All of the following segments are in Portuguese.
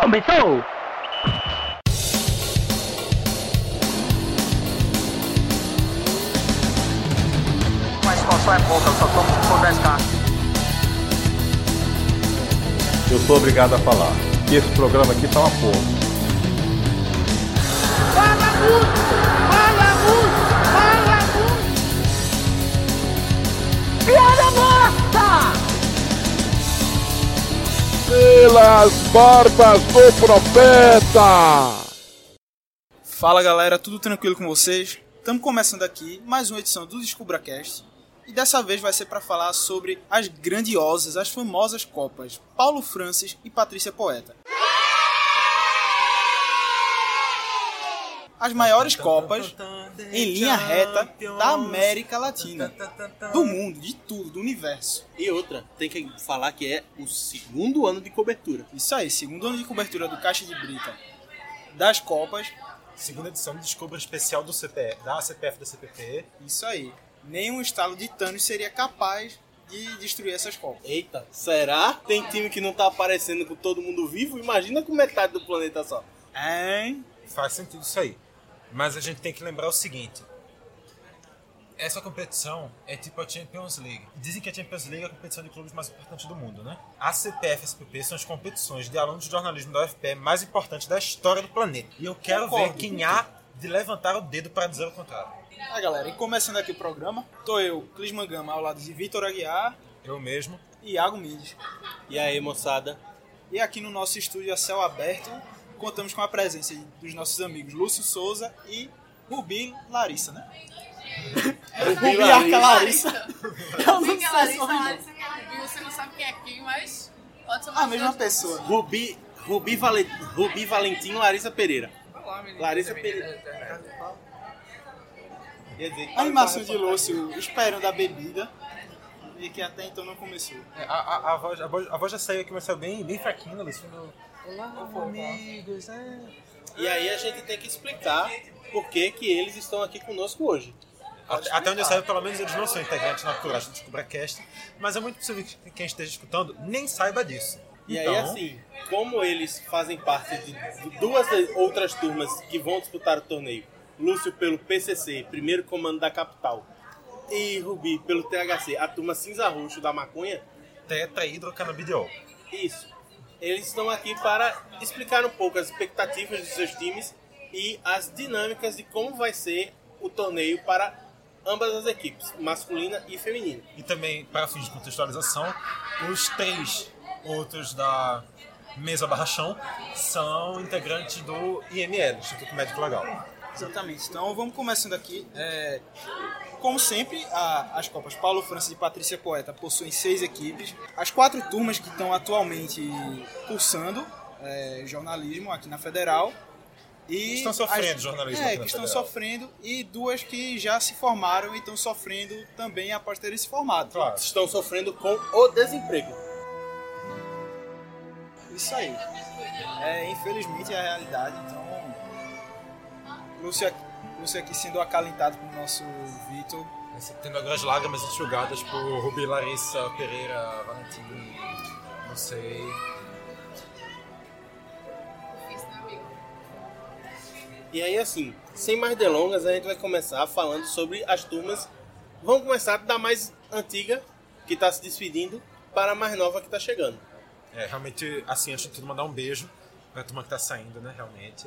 Começou! A expansão é pouca, eu só tomo por 10k. Eu sou obrigado a falar que esse programa aqui tá uma porra. Fala muito! Fala muito! Fala muito! Piada morta! Pelas barbas do profeta! Fala galera, tudo tranquilo com vocês? Estamos começando aqui mais uma edição do DescubraCast e dessa vez vai ser para falar sobre as grandiosas, as famosas Copas Paulo Francis e Patrícia Poeta. As maiores Copas em linha reta da América Latina, do mundo, de tudo, do universo. E outra, tem que falar que é o segundo ano de cobertura. Isso aí, segundo ano de cobertura do Caixa de Brita das Copas. Segunda edição de Descubra especial do CPF, da CPF da CPP. Isso aí. Nenhum estalo de Thanos seria capaz de destruir essas Copas. Eita, será? Tem time que não tá aparecendo com todo mundo vivo? Imagina com metade do planeta só. Hein? Faz sentido isso aí. Mas a gente tem que lembrar o seguinte. Essa competição é tipo a Champions League. Dizem que a Champions League é a competição de clubes mais importante do mundo, né? A CPF e a SPP são as competições de alunos de jornalismo da UFPE mais importantes da história do planeta. E eu quero ver quem há de levantar o dedo para dizer o contrário. Galera, e começando aqui o programa, tô eu, Clisman Gama, ao lado de Vitor Aguiar. Eu mesmo. E Iago Mendes. E aí, moçada? E aqui no nosso estúdio a céu aberto, contamos com a presença dos nossos amigos Lúcio Souza e Rubi Larissa, né? Rubi Larissa. Eu não sei se Larissa que é Rubi, você não sabe quem é quem, mas pode ser uma a mesma pessoa. Rubi Valentim Larissa Pereira. Olá, menino. Larissa Pereira. Quer dizer, A animação de Lúcio esperando a bebida e que até então não começou. A voz já saiu aqui, mas saiu bem fraquinha, Luiz. Olá, amigos. E aí a gente tem que explicar por que eles estão aqui conosco hoje. Até onde eu saiba, pelo menos eles não são integrantes naturais do DescubraCast, mas é muito possível que quem esteja escutando nem saiba disso. E então, aí, assim, como eles fazem parte de duas outras turmas que vão disputar o torneio, Lúcio pelo PCC, primeiro comando da capital, e Rubi pelo THC, a turma cinza-roxo da maconha, tetrahidrocannabidiol. Isso. Eles estão aqui para explicar um pouco as expectativas dos seus times e as dinâmicas de como vai ser o torneio para ambas as equipes, masculina e feminina. E também, para fins de contextualização, os 3 outros da mesa barrachão são integrantes do IML, Instituto Médico Legal. Exatamente. Então vamos começando aqui. Como sempre, as Copas Paulo Francis e Patrícia Poeta possuem 6 equipes. As 4 turmas que estão atualmente cursando jornalismo aqui na Federal. E estão sofrendo jornalismo aqui na que estão Federal. sofrendo, e 2 que já se formaram e estão sofrendo também após terem se formado. Claro. Estão sofrendo com o desemprego. Isso aí. Infelizmente é a realidade, então Lúcio aqui sendo acalentado pelo nosso Vitor. Tendo agora as lágrimas enxugadas por Rubi Larissa Pereira Valentim, não sei. E aí, assim, sem mais delongas, a gente vai começar falando sobre as turmas. Vamos começar da mais antiga, que está se despedindo, para a mais nova que está chegando. Realmente, assim, antes de tudo, mandar um beijo pra turma que tá saindo, né, realmente.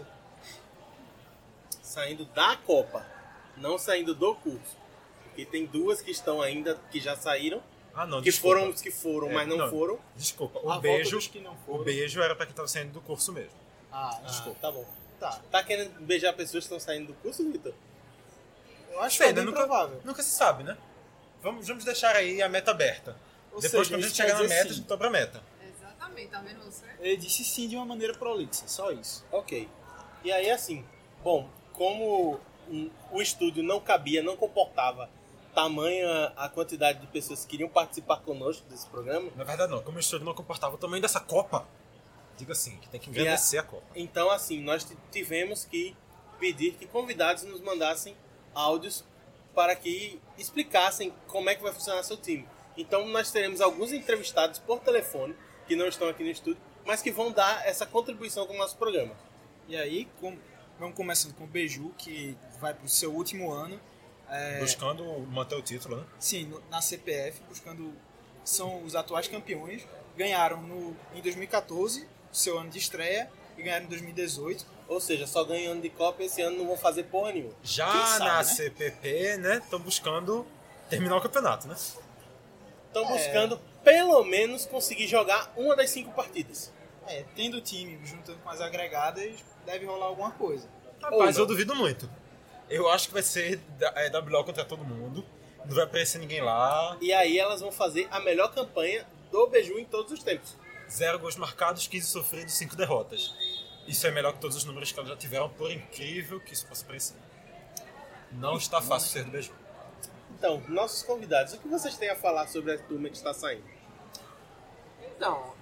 Saindo da Copa, não saindo do curso. Porque tem 2 que estão ainda, que já saíram. Ah, não, que desculpa. foram os que foram, mas não foram. Desculpa, A o beijo, volta dos que não foram. o beijo era pra quem tava saindo do curso mesmo. Desculpa, tá bom. Tá. Tá querendo beijar pessoas que estão saindo do curso, Vitor? Eu acho que Sei, é bem provável. Nunca se sabe, né? Vamos deixar aí a meta aberta. Depois, seja, quando a gente isso chegar quer na dizer meta, sim. a gente dobra a meta. Exatamente, tá vendo você? Ele disse sim de uma maneira prolixa, só isso. Ok. E aí, assim, bom, como o estúdio não cabia, não comportava tamanha a quantidade de pessoas que queriam participar conosco desse programa. Na verdade, não. Como o estúdio não comportava o tamanho dessa Copa, digo assim, que tem que engrandecer a Copa. Então, assim, nós tivemos que pedir que convidados nos mandassem áudios para que explicassem como é que vai funcionar seu time. Então nós teremos alguns entrevistados por telefone que não estão aqui no estúdio, mas que vão dar essa contribuição com o nosso programa. E aí, vamos começando com o Beju, que vai para o seu último ano. Buscando manter o título, né? Sim, na CPF, são os atuais campeões. Ganharam em 2014, seu ano de estreia, e ganharam em 2018. Ou seja, só ganhando de Copa esse ano não vão fazer porra nenhuma. Já sabe, na né? CPP, né? Estão buscando terminar o campeonato, né? Estão buscando, pelo menos, conseguir jogar uma das 5 partidas. Tendo o time juntando com as agregadas, deve rolar alguma coisa. Rapaz, eu duvido muito. Eu acho que vai ser WO contra todo mundo. Não vai aparecer ninguém lá. E aí elas vão fazer a melhor campanha do Beju em todos os tempos. 0 gols marcados, 15 sofridos, 5 derrotas. Isso é melhor que todos os números que elas já tiveram, por incrível que isso possa parecer. Não está fácil ser do Beju. Então, nossos convidados, o que vocês têm a falar sobre a turma que está saindo? Então,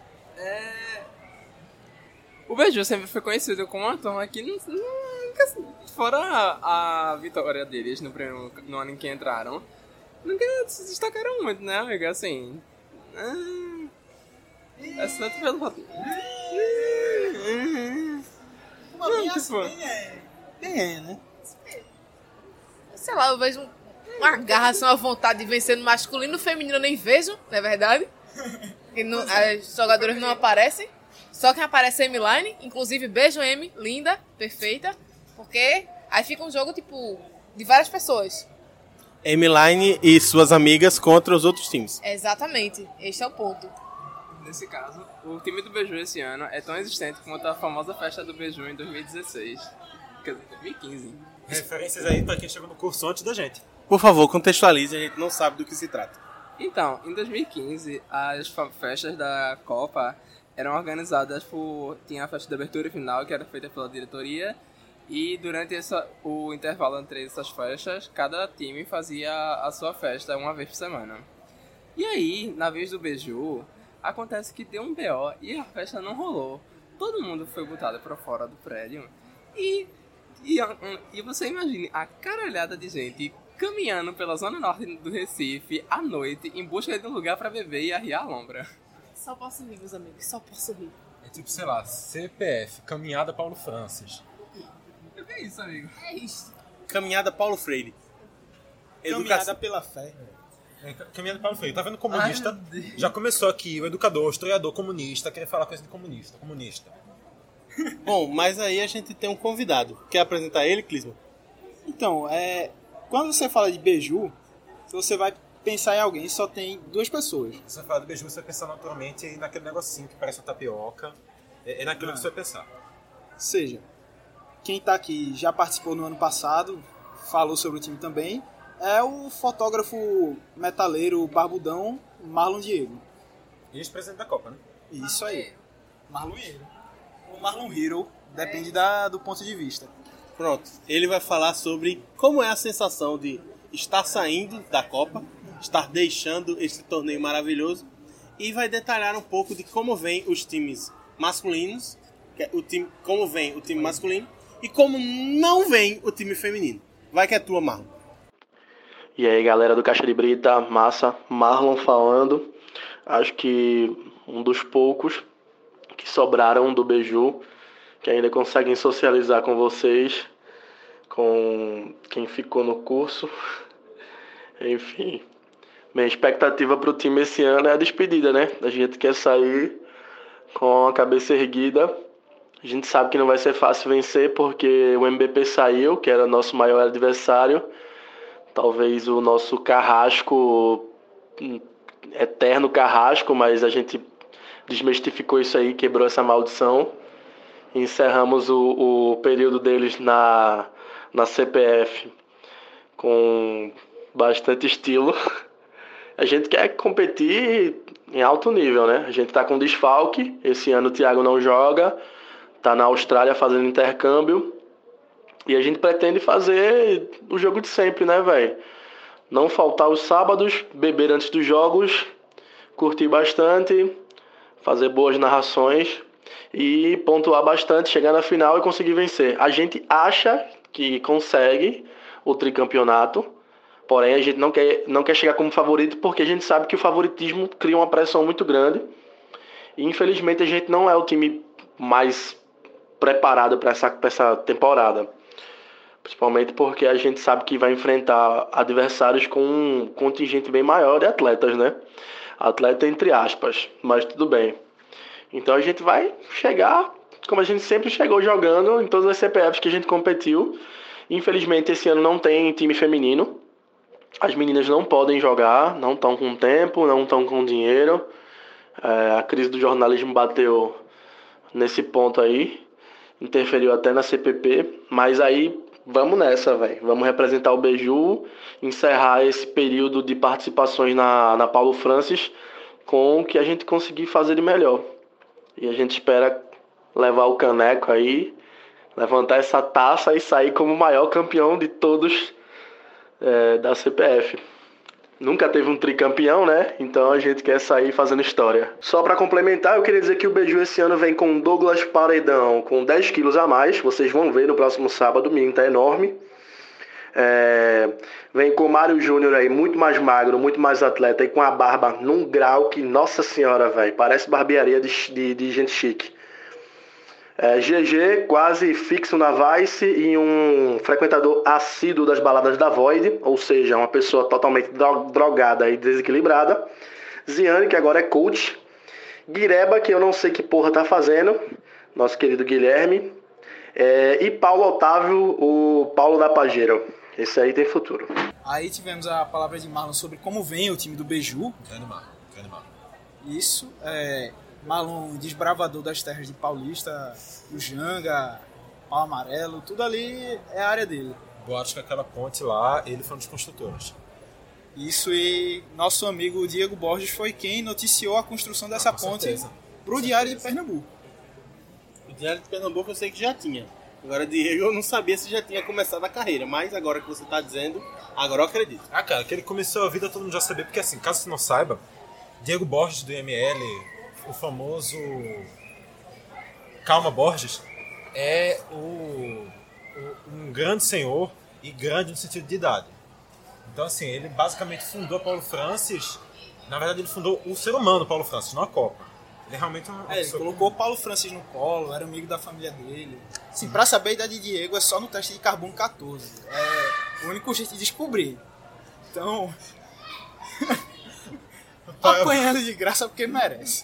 o Beju sempre foi conhecido como uma turma que nunca, fora a vitória deles no ano em que entraram, nunca se destacaram muito, né, amigo? Assim, exceto pelo fato. Bem, né? Sei lá, eu vejo uma garra, assim, uma vontade de vencer no masculino, no feminino eu nem vejo, não é verdade? E as jogadoras não aparecem. Só quem aparece é a Emiline, inclusive beijo Emi, linda, perfeita, porque aí fica um jogo, tipo, de várias pessoas. Emiline e suas amigas contra os outros times. Exatamente, este é o ponto. Nesse caso, o time do Beju esse ano é tão existente quanto a famosa festa do Beju em 2016. Quer dizer, 2015. Referências aí pra quem chegou no curso antes da gente. Por favor, contextualize, a gente não sabe do que se trata. Então, em 2015, as festas da Copa eram organizadas tinha a festa de abertura e final, que era feita pela diretoria, e durante o intervalo entre essas festas, cada time fazia a sua festa uma vez por semana. E aí, na vez do Beju, acontece que deu um BO e a festa não rolou. Todo mundo foi botado pra fora do prédio e você imagine a caralhada de gente caminhando pela zona norte do Recife à noite em busca de um lugar pra beber e arriar a lombra. Só posso rir, meus amigos, só posso rir. É tipo, sei lá, CPF, Caminhada Paulo Francis. O que é isso, amigo? É isso. Caminhada Paulo Freire. Caminhada pela fé. Caminhada Paulo Freire. Tá vendo comunista? Já começou aqui o educador, o historiador comunista, querer falar coisa de comunista. Bom, mas aí a gente tem um convidado. Quer apresentar ele, Clisma? Então, quando você fala de Beju, você vai pensar em alguém, só tem 2 pessoas. Se você falar do Beju, você vai pensar naturalmente naquele negocinho que parece uma tapioca. É naquilo que você vai pensar. Ou seja, quem tá aqui já participou no ano passado, falou sobre o time também, é o fotógrafo metaleiro barbudão Marlon Diego. E ex-presidente da Copa, né? Isso aí. Marlon Hero. Ou Marlon Hero, depende do ponto de vista. Pronto, ele vai falar sobre como é a sensação de estar saindo da Copa, estar deixando esse torneio maravilhoso, e vai detalhar um pouco de como vem os times masculinos, como vem o time masculino e como não vem o time feminino. Vai que é tua, Marlon. E aí, galera do Caixa de Brita, massa, Marlon falando. Acho que um dos poucos que sobraram do Beju, que ainda conseguem socializar com vocês, com quem ficou no curso. Enfim, minha expectativa pro time esse ano é a despedida, né? A gente quer sair com a cabeça erguida. A gente sabe que não vai ser fácil vencer, porque o MBP saiu, que era nosso maior adversário. Talvez o nosso carrasco, eterno carrasco, mas a gente desmistificou isso aí, quebrou essa maldição. Encerramos o período deles na CPF com bastante estilo. A gente quer competir em alto nível, né? A gente tá com desfalque. Esse ano o Thiago não joga, tá na Austrália fazendo intercâmbio. E a gente pretende fazer o jogo de sempre, né, velho? Não faltar os sábados, beber antes dos jogos, curtir bastante, fazer boas narrações e pontuar bastante, chegar na final e conseguir vencer. A gente acha que consegue o tricampeonato, porém a gente não quer chegar como favorito, porque a gente sabe que o favoritismo cria uma pressão muito grande E infelizmente a gente não é o time mais preparado para essa temporada. Principalmente porque a gente sabe que vai enfrentar adversários com um contingente bem maior de atletas, né? Atleta entre aspas, mas tudo bem. Então a gente vai chegar como a gente sempre chegou jogando em todas as CPFs que a gente competiu. Infelizmente esse ano não tem time feminino. As meninas não podem jogar, não estão com tempo, não estão com dinheiro. A crise do jornalismo bateu nesse ponto aí. Interferiu até na CPP, mas aí vamos nessa, velho. Vamos representar o Beju, encerrar esse período de participações na Paulo Francis com o que a gente conseguir fazer de melhor. E a gente espera levar o caneco aí, levantar essa taça e sair como o maior campeão de todos da CPF. Nunca teve um tricampeão, né? Então a gente quer sair fazendo história. Só para complementar, eu queria dizer que o Beju esse ano vem com Douglas Paredão com 10 quilos a mais. Vocês vão ver no próximo sábado, o menino tá enorme. Vem com o Mário Júnior aí, muito mais magro, muito mais atleta, e com a barba num grau que, nossa senhora, velho, parece barbearia de gente chique. GG, quase fixo na Vice e um frequentador assíduo das baladas da Void, ou seja, uma pessoa totalmente drogada e desequilibrada. Ziane, que agora é coach. Guireba, que eu não sei que porra tá fazendo, nosso querido Guilherme. E Paulo Otávio, o Paulo da Pajero. Esse aí tem futuro. Aí tivemos a palavra de Marlon sobre como vem o time do Beju. Grande Marlon. Isso, Marlon, desbravador das terras de Paulista, o Janga, Pau Amarelo, tudo ali é a área dele. Boatos que aquela ponte lá, ele foi um dos construtores. Isso, e nosso amigo Diego Borges foi quem noticiou a construção dessa ponte para o Diário de Pernambuco. O Diário de Pernambuco eu sei que já tinha. Agora, Diego, eu não sabia se já tinha começado a carreira, mas agora que você está dizendo, agora eu acredito. Cara, que ele começou a vida todo mundo já sabia, porque assim, caso você não saiba, Diego Borges do IML, o famoso Calma Borges, é um grande senhor e grande no sentido de idade. Então assim, ele basicamente fundou a Paulo Francis, na verdade ele fundou o ser humano Paulo Francis, não a Copa. Ele realmente ele colocou o Paulo Francis no colo, era amigo da família dele. Sim, pra saber a idade de Diego é só no teste de carbono 14. É o único jeito de descobrir. Então, apanhando de graça porque merece.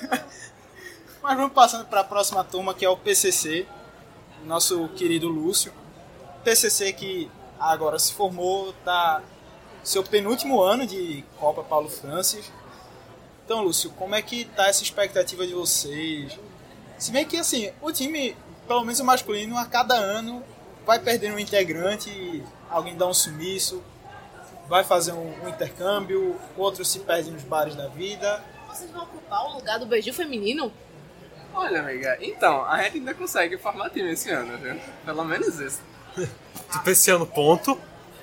Mas vamos passando para a próxima turma, que é o PCC, nosso querido Lúcio. PCC que agora se formou, tá seu penúltimo ano de Copa Paulo Francis. Então, Lúcio, como é que tá essa expectativa de vocês? Se bem que, assim, o time, pelo menos o masculino, a cada ano vai perdendo um integrante, alguém dá um sumiço, vai fazer um intercâmbio, outros se perdem nos bares da vida. Vocês vão ocupar o lugar do Beju feminino? Olha, amiga, então, a gente ainda consegue formar time esse ano, viu? Pelo menos isso. Tipo, esse ano, ponto.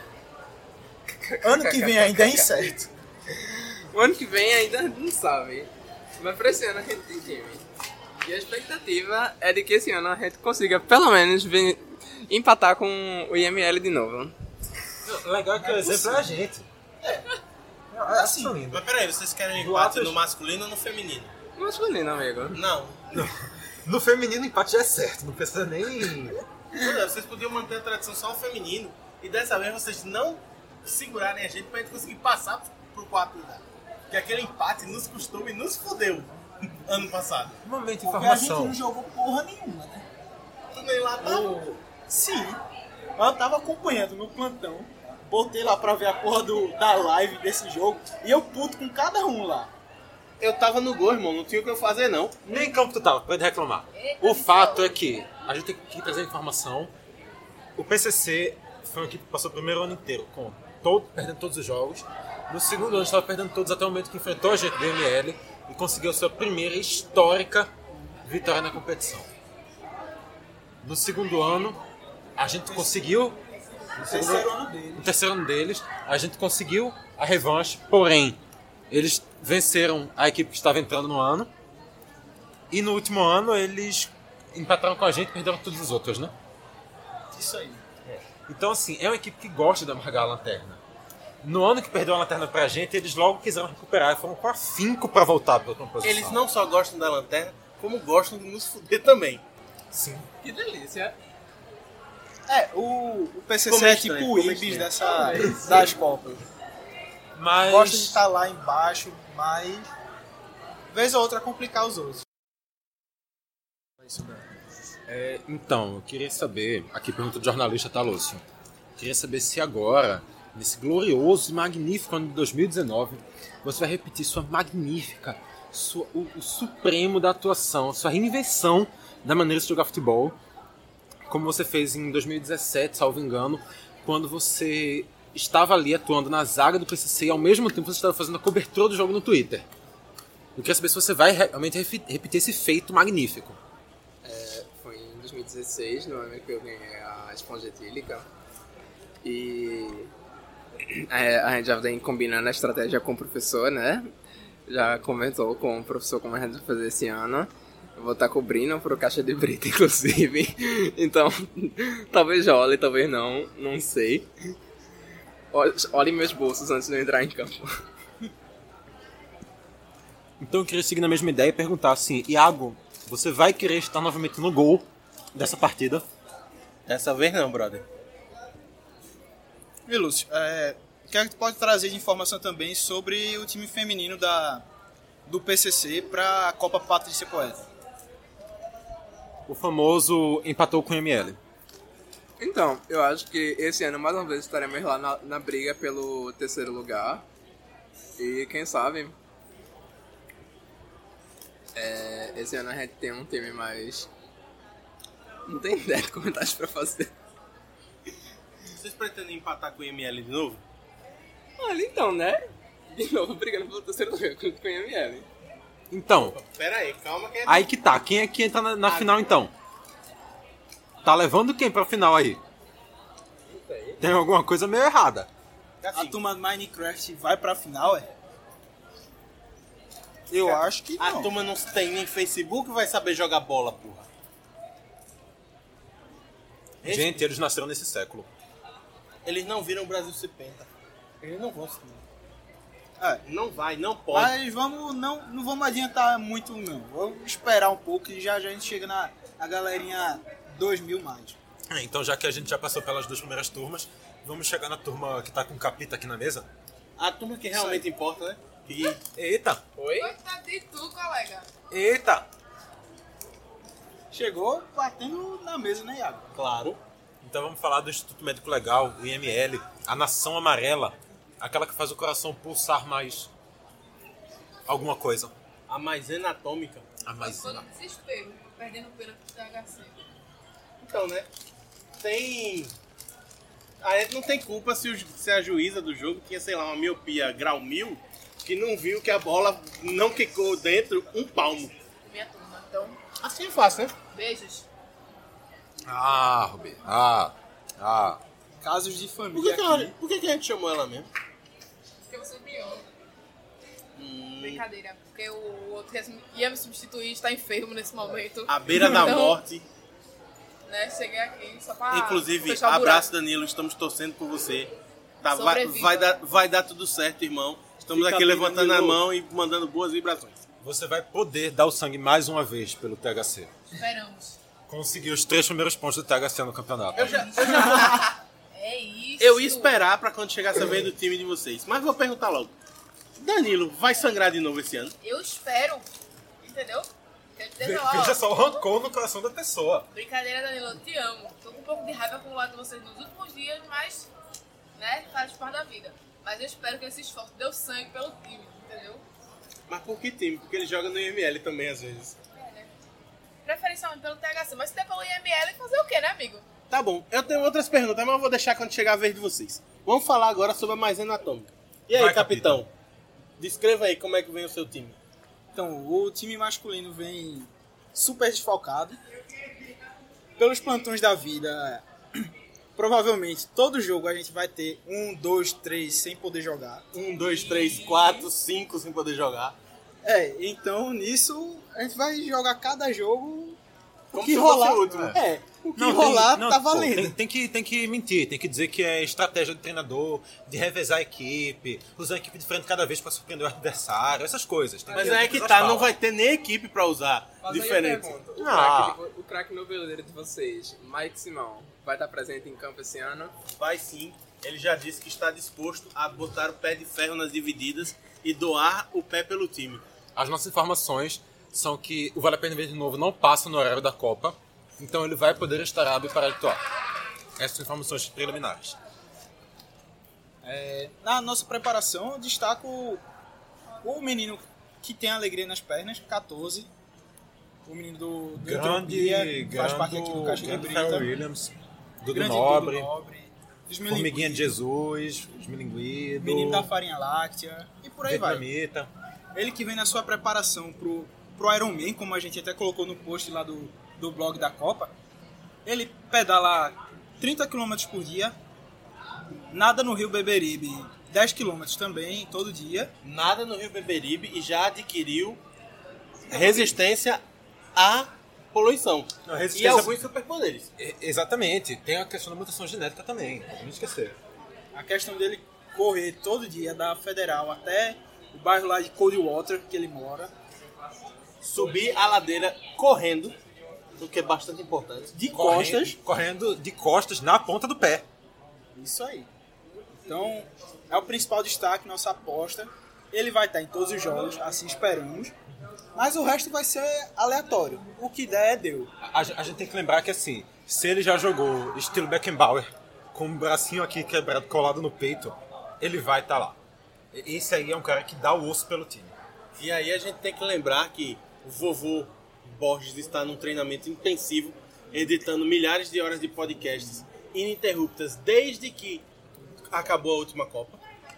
Ano que vem ainda é incerto. O ano que vem ainda não sabe. Mas pra esse ano a gente tem time. E a expectativa é de que esse ano a gente consiga pelo menos empatar com o IML de novo. Legal que o exemplo é a gente. Assim, mas peraí, vocês querem empate no masculino ou no feminino? No masculino, amigo. Não. No feminino o empate já é certo, não precisa nem... Vocês podiam manter a tradição só o feminino e dessa vez vocês não segurarem a gente pra gente conseguir passar pro quarto lugar. Porque aquele empate nos custou e nos fudeu ano passado. Momento de porque informação. a gente não jogou porra nenhuma, né? Tu nem lá tava? Sim. Eu tava acompanhando no plantão. Botei lá pra ver a porra da live desse jogo. E eu puto com cada um lá. Eu tava no gol, irmão. Não tinha o que eu fazer, não. Nem em campo tu tava, pode reclamar. O fato é que a gente tem que trazer informação. O PCC foi uma equipe que passou o primeiro ano inteiro perdendo todos os jogos. No segundo ano a gente estava perdendo todos até o momento que enfrentou a gente do ML e conseguiu sua primeira histórica vitória na competição. No segundo ano a gente conseguiu... No terceiro ano deles, a gente conseguiu a revanche, porém, eles venceram a equipe que estava entrando no ano e no último ano eles empataram com a gente e perderam todos os outros, né? Isso aí. Então, assim, é uma equipe que gosta de amargar a lanterna. No ano que perdeu a lanterna pra gente, eles logo quiseram recuperar e foram com afinco pra voltar pra última posição. Eles não só gostam da lanterna, como gostam de nos fuder também. Sim. Que delícia. O PCC Como é estranho, tipo o como Ibis estranho. das Copas. Mas... Gosta de estar lá embaixo, mas vez ou outra complicar os outros. Então, eu queria saber, aqui pergunta do jornalista, tá, Lúcio? Queria saber se agora, nesse glorioso e magnífico ano de 2019, você vai repetir sua magnífica, o supremo da atuação, sua reinvenção da maneira de jogar futebol, como você fez em 2017, salvo engano, quando você estava ali atuando na zaga do PCC e ao mesmo tempo você estava fazendo a cobertura do jogo no Twitter. Eu queria saber se você vai realmente repetir esse feito magnífico. Foi em 2016, no ano que eu ganhei a esponja etílica. E a gente já vem combinando a estratégia com o professor, né? Já comentou com o professor como a gente vai fazer esse ano. Eu vou estar cobrindo pro Caixa de Brita, inclusive. Então, talvez role, talvez não sei. Olhem meus bolsos antes de eu entrar em campo. Então eu queria seguir na mesma ideia e perguntar assim, Iago, você vai querer estar novamente no gol dessa partida? Dessa vez não, brother. E Lúcio, o que a gente pode trazer de informação também sobre o time feminino do PCC para a Copa Patrícia Poeta? O famoso empatou com o ML. Então, eu acho que esse ano mais uma vez estaremos lá na briga pelo terceiro lugar. E quem sabe esse ano a gente tem um time mais... Não tem ideia de comentários pra fazer. Vocês pretendem empatar com o ML de novo? Olha, então, né? De novo brigando pelo terceiro lugar com o ML. Então, Pera aí, calma que é... aí que tá. Quem é que entra na final então? Tá levando quem pra final aí? Tem alguma coisa meio errada. A turma do Minecraft vai pra final, Eu acho que não. A turma não tem nem Facebook, vai saber jogar bola, porra. Gente, eles nasceram nesse século. Eles não viram o Brasil ser penta. Eles não vão se... Não vai, não pode. Mas não vamos adiantar muito, não. Vamos esperar um pouco e já a gente chega na galerinha 2000 mais. Então, já que a gente já passou pelas duas primeiras turmas, vamos chegar na turma que tá com o Capita aqui na mesa? A turma que realmente importa, né? Eita! Oi? Coitado de tu, colega. Eita! Chegou batendo na mesa, né, Iago? Claro. Então vamos falar do Instituto Médico Legal, o IML, a Nação Amarela, aquela que faz o coração pulsar mais alguma coisa. A maisena atômica. A maisena. Desespero, perdendo pena pro THC. Então, né? A gente não tem culpa se a juíza do jogo tinha, sei lá, uma miopia grau 1000, que não viu que a bola não quicou dentro um palmo. Minha turma, então, Assim é fácil, né? beijos. Ah, Rubi. Casos de Por família que a gente chamou ela mesmo? Porque você me ama. Brincadeira, porque o outro que ia me substituir está enfermo nesse momento. À beira da Então, morte. Né, cheguei aqui só pra Inclusive, fechar o buraco. abraço, Danilo. Estamos torcendo por você. Tá, Sobreviva. vai dar tudo certo, irmão. Estamos Fica aqui bem, levantando a Danilo. mão e mandando boas vibrações. Você vai poder dar o sangue mais uma vez pelo THC. Esperamos. Conseguiu os 3 primeiros pontos do THC no campeonato. É isso. Eu ia esperar pra quando chegasse a vez do time de vocês. Mas vou perguntar logo. Danilo, vai sangrar de novo esse ano? Eu espero. Entendeu? Quero dizer, ó, Veja só o rancor no coração da pessoa. brincadeira, Danilo, eu te amo. Tô com um pouco de raiva acumulada de vocês nos últimos dias, mas, né, faz parte da vida. Mas eu espero que esse esforço dê sangue pelo time, entendeu? Mas por que time? Porque ele joga no IML também, às vezes. Preferencialmente pelo THC, mas se der pelo IML, fazer o quê, né, amigo? Tá bom, eu tenho outras perguntas, mas eu vou deixar quando chegar a vez de vocês. Vamos falar agora sobre a maisena atômica. E aí, Vai, capitão? Descreva aí como é que vem o seu time. Então, o time masculino vem super desfalcado. Pelos plantões da vida, provavelmente todo jogo a gente vai ter 1, 2, 3 sem poder jogar. 1, 2, 3, 4, 5 sem poder jogar. Então nisso a gente vai jogar cada jogo O que rolar, o que rolar tá valendo. Tem que mentir, tem que dizer que é estratégia do treinador, de revezar a equipe, usar a equipe diferente cada vez para surpreender o adversário, essas coisas. Mas é que tá, não vai ter nem equipe para usar diferente. O craque noveleiro de vocês, Mike Simão, vai estar presente em campo esse ano? Vai sim, ele já disse que está disposto a botar o pé de ferro nas divididas e doar o pé pelo time. As nossas informações são que o Vale a Pena Ver de Novo não passa no horário da Copa, então ele vai poder estar apto para atuar. Essas são informações preliminares. Na nossa preparação, eu destaco o menino que tem alegria nas pernas, 14. O menino do Entropia, faz parte aqui do Caixa de Brita. Williams, Dudu Grande Nobre, Dudu Nobre, Formiguinha de Jesus, os Milinguido, menino da farinha láctea e por aí vai. Vietnamita. Ele que vem na sua preparação pro Ironman, como a gente até colocou no post lá do blog da Copa, ele pedala 30 km por dia, nada no Rio Beberibe, 10 km também, todo dia. Nada no Rio Beberibe e já adquiriu resistência à poluição. E alguns superpoderes. Exatamente. Tem a questão da mutação genética também, não esquecer. A questão dele correr todo dia da Federal até o bairro lá de Coldwater, que ele mora. Subir a ladeira correndo, o que é bastante importante. Correndo de costas na ponta do pé. Isso aí. Então, é o principal destaque, nossa aposta. Ele vai estar em todos os jogos, assim esperamos. Mas o resto vai ser aleatório. O que der, deu. A gente tem que lembrar que, assim, se ele já jogou estilo Beckenbauer, com o bracinho aqui quebrado, colado no peito, ele vai estar lá. Esse aí é um cara que dá o osso pelo time. E aí a gente tem que lembrar que o vovô Borges está num treinamento intensivo, editando milhares de horas de podcasts ininterruptas desde que acabou a última Copa.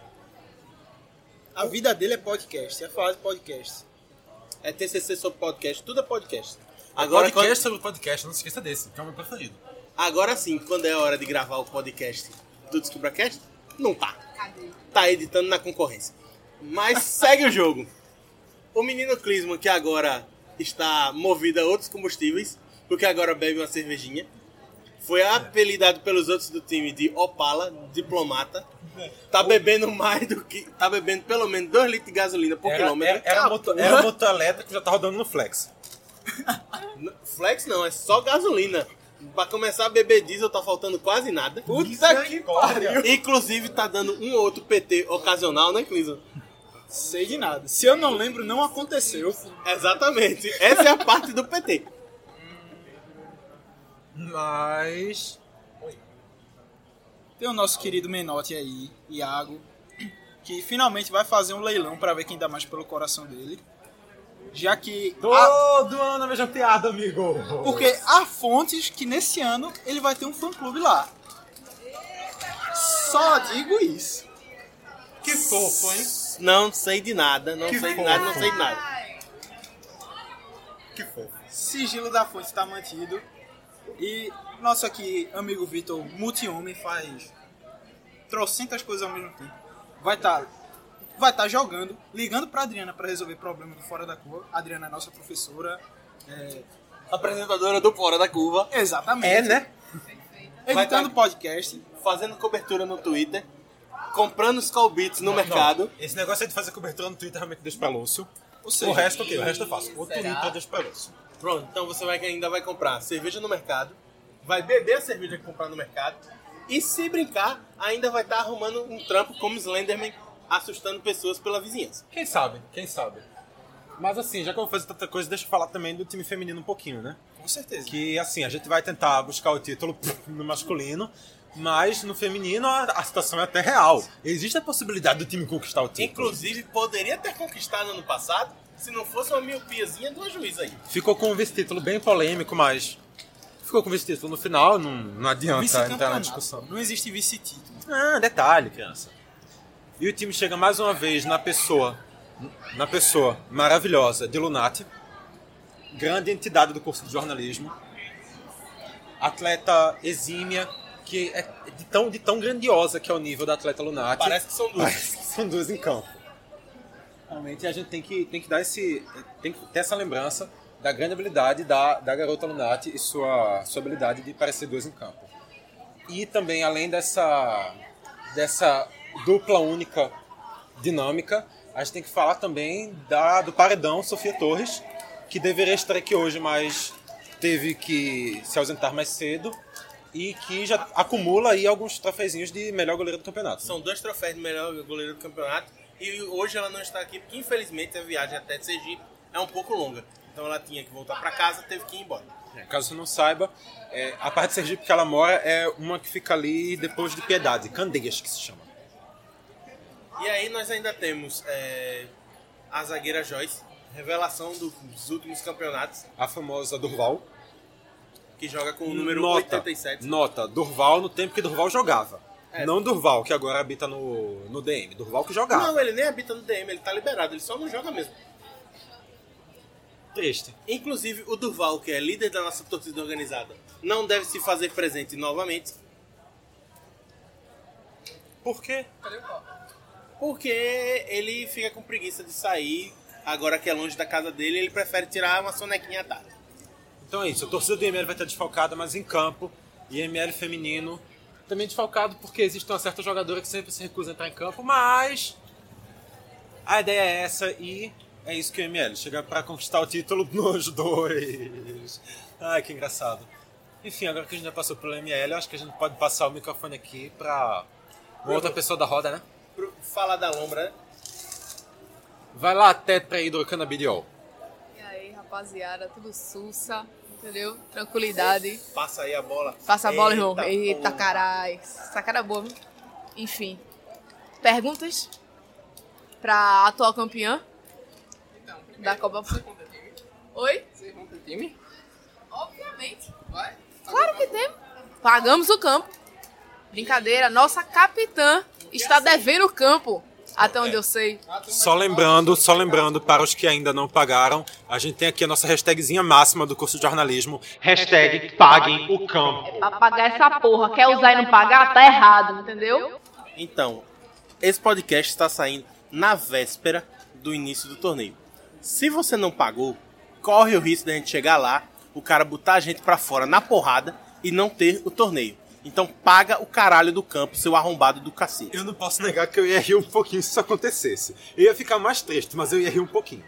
A vida dele é podcast, é falar de podcast. É TCC sobre podcast, tudo é podcast. Agora, podcast sobre podcast, não se esqueça desse, que é o meu preferido. Agora sim, quando é hora de gravar o podcast do DescubraCast, não tá. Tá editando na concorrência. Mas segue o jogo. O menino Klinsmann, que agora está movido a outros combustíveis, porque agora bebe uma cervejinha, foi apelidado pelos outros do time de Opala, diplomata. Tá bebendo mais do que... Tá bebendo pelo menos 2 litros de gasolina por quilômetro. Era um motor elétrico que já tá rodando no Flex. Flex não, é só gasolina. Pra começar a beber diesel tá faltando quase nada. Puta que pariu! Inclusive tá dando um ou outro PT ocasional, né, Klinsmann? Sei de nada. Se eu não lembro, não aconteceu. Exatamente. Essa é a parte do PT. Mas... Tem o nosso querido Menotti aí, Iago, que finalmente vai fazer um leilão pra ver quem dá mais pelo coração dele. Já que... Todo ano a mesma piada, amigo! Porque há fontes que nesse ano ele vai ter um fã-clube lá. Só digo isso. Que fofo, hein? Não sei de nada, não sei de nada. Que fofo. Sigilo da fonte está mantido. E nosso aqui, amigo Vitor, multi-homem, faz trocentas coisas ao mesmo tempo. Vai estar jogando, ligando pra Adriana para resolver problemas do Fora da Curva. A Adriana é nossa professora. Apresentadora do Fora da Curva. Exatamente. né? Editando podcast. Fazendo cobertura no Twitter. Comprando os call beats no mercado. Esse negócio aí de fazer cobertura no Twitter realmente deixa pra Lúcio. Ou seja, o resto o quê? O resto eu faço. O Twitter deixa pra Lúcio. Pronto, então você ainda vai comprar cerveja no mercado. Vai beber a cerveja que comprar no mercado. E se brincar, ainda vai estar arrumando um trampo como Slenderman, assustando pessoas pela vizinhança. Quem sabe? Mas assim, já que eu vou fazer tanta coisa, deixa eu falar também do time feminino um pouquinho, né? Com certeza. Que assim, a gente vai tentar buscar o título no masculino, mas no feminino a situação é até real. Existe a possibilidade do time conquistar o título. Inclusive, poderia ter conquistado ano passado, se não fosse uma miopiazinha do juiz aí. Ficou com um vice-título bem polêmico, mas... Ficou com vice-título no final, não adianta entrar na discussão. Não existe vice-título. Ah, detalhe, criança. E o time chega mais uma vez na pessoa maravilhosa de Lunati, grande entidade do curso de jornalismo, atleta exímia, que é de tão grandiosa que é o nível da atleta Lunati. Parece que são duas. Parece que são duas em campo. Realmente a gente tem que ter essa lembrança da grande habilidade da garota Lunati e sua habilidade de parecer duas em campo. E também, além dessa dupla única dinâmica, a gente tem que falar também do paredão Sofia Torres, que deveria estar aqui hoje, mas teve que se ausentar mais cedo e que já acumula aí alguns troféuzinhos de melhor goleiro do campeonato. São 2 troféus de melhor goleiro do campeonato e hoje ela não está aqui porque, infelizmente, a viagem até de Sergipe é um pouco longa. Então ela tinha que voltar para casa, teve que ir embora. Caso você não saiba, a parte de Sergipe que ela mora é uma que fica ali depois de Piedade, Candeias que se chama. E aí nós ainda temos a zagueira Joyce, revelação dos últimos campeonatos. A famosa Durval. Que joga com o número 87. Nota, Durval no tempo que Durval jogava. Não Durval, que agora habita no DM. Durval que jogava. Não, ele nem habita no DM, ele tá liberado, ele só não joga mesmo. Triste. Inclusive, o Durval, que é líder da nossa torcida organizada, não deve se fazer presente novamente. Por quê? Porque ele fica com preguiça de sair, agora que é longe da casa dele, ele prefere tirar uma sonequinha à tarde. Então é isso, a torcida do IML vai estar desfalcada, mas em campo, IML feminino também desfalcado, porque existe uma certa jogadora que sempre se recusa a entrar em campo, mas a ideia é essa e é isso que o IML chega para conquistar o título nos dois. Ai, que engraçado. Enfim, agora que a gente já passou pelo IML, eu acho que a gente pode passar o microfone aqui para outra pessoa da roda, né? Falar da Lombra, né? Vai lá, tetrahidrocannabidiol. E aí, rapaziada, tudo sussa, entendeu? Tranquilidade. Passa aí a bola. Passa a bola, irmão. Eita, caralho. Essa cara é boa, viu? Enfim. Perguntas pra atual campeã da Copa. Oi? Vocês vão pro time? Obviamente. Vai? Claro que temos. Pagamos o campo. Brincadeira. Nossa capitã está devendo o campo. Até onde eu sei. Só lembrando para os que ainda não pagaram, a gente tem aqui a nossa hashtagzinha máxima do curso de jornalismo. Hashtag paguem o campo. É pra pagar essa porra. Quer usar e não pagar? Tá errado, entendeu? Então, esse podcast está saindo na véspera do início do torneio. Se você não pagou, corre o risco de a gente chegar lá, o cara botar a gente pra fora na porrada e não ter o torneio. Então paga o caralho do campo, seu arrombado do cacete. Eu não posso negar que eu ia rir um pouquinho se isso acontecesse. Eu ia ficar mais triste, mas eu ia rir um pouquinho.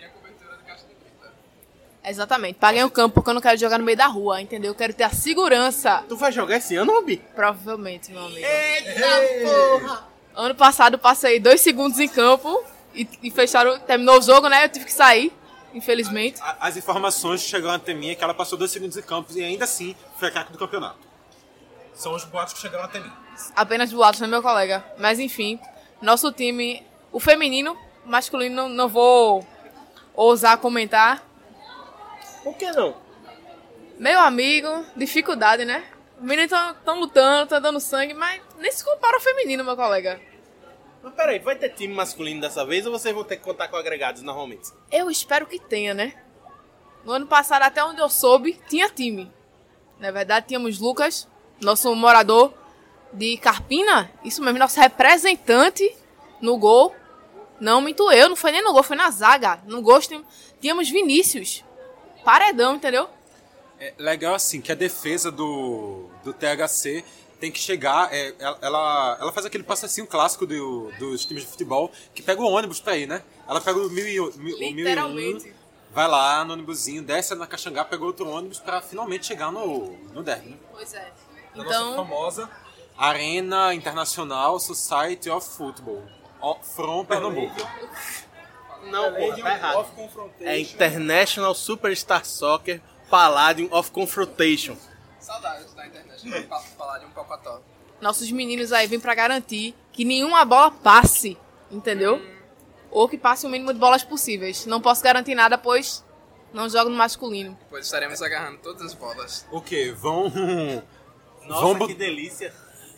Exatamente. Paguem o campo porque eu não quero jogar no meio da rua, entendeu? Eu quero ter a segurança. Tu vai jogar esse ano, Robi? Provavelmente, meu amigo. Eita porra! Ano passado passei 2 segundos em campo e fecharam, terminou o jogo, né? Eu tive que sair, infelizmente. As informações chegaram até mim é que ela passou 2 segundos em campo e ainda assim foi a craque do campeonato. São os boatos que chegaram até mim. Apenas boatos, né, meu colega? Mas enfim, nosso time, o feminino, o masculino, não vou ousar comentar. Por que não? Meu amigo, dificuldade, né? Os meninos estão lutando, estão dando sangue, mas nem se compara ao feminino, meu colega. Mas peraí, vai ter time masculino dessa vez ou vocês vão ter que contar com agregados normalmente? Eu espero que tenha, né? No ano passado, até onde eu soube, tinha time. Na verdade, tínhamos Lucas, nosso morador de Carpina, isso mesmo, nosso representante no gol. Não minto eu, não foi nem no gol, foi na zaga. No gol tínhamos Vinícius. Paredão, entendeu? É legal assim, que a defesa do THC tem que chegar, ela faz aquele passeio clássico dos times de futebol, que pega o ônibus pra ir, né? Ela pega o 1001, vai lá no ônibusinho, desce na Caxangá, pega outro ônibus pra finalmente chegar no derby, né? Pois é. A nossa famosa Arena Internacional Society of Football, from Pernambuco. Não, pô, tá errado. É International Superstar Soccer Palladium of Confrontation. Saudades da internet, Palladium Pocotó. Nossos meninos aí vêm pra garantir que nenhuma bola passe, entendeu? Ou que passe o mínimo de bolas possíveis. Não posso garantir nada, pois não jogo no masculino. Depois estaremos agarrando todas as bolas. O quê? Vão... Nossa, que delícia.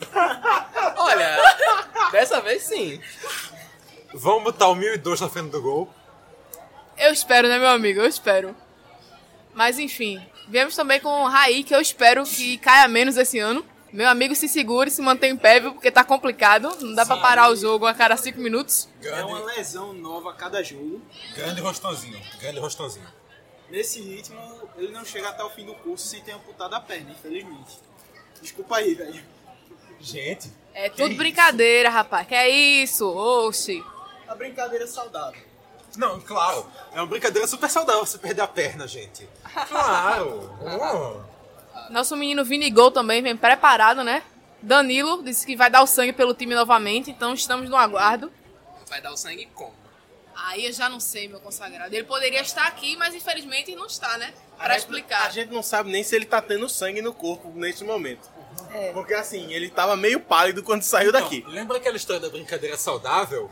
Olha, dessa vez sim. Vamos botar o 1002 na frente do gol. Eu espero, né, meu amigo? Eu espero. Mas, enfim, viemos também com o Raí, que eu espero que caia menos esse ano. Meu amigo, se segure, se mantém em pé, viu? Porque tá complicado. Não dá pra parar o jogo a cada 5 minutos. É uma lesão nova a cada jogo. Grande rostãozinho. Nesse ritmo, ele não chega até o fim do curso sem ter amputado a perna, infelizmente. Desculpa aí, velho. Gente. É tudo brincadeira, rapaz. Que é isso? Oxi. A brincadeira é saudável. Não, claro. É uma brincadeira super saudável você perder a perna, gente. Claro. Nosso menino Vinigol também vem preparado, né? Danilo disse que vai dar o sangue pelo time novamente, então estamos no aguardo. Vai dar o sangue como? Aí eu já não sei, meu consagrado. Ele poderia estar aqui, mas infelizmente não está, né? Pra explicar. A gente não sabe nem se ele tá tendo sangue no corpo neste momento. É. Porque assim, ele tava meio pálido quando saiu daqui. Não, lembra aquela história da brincadeira saudável?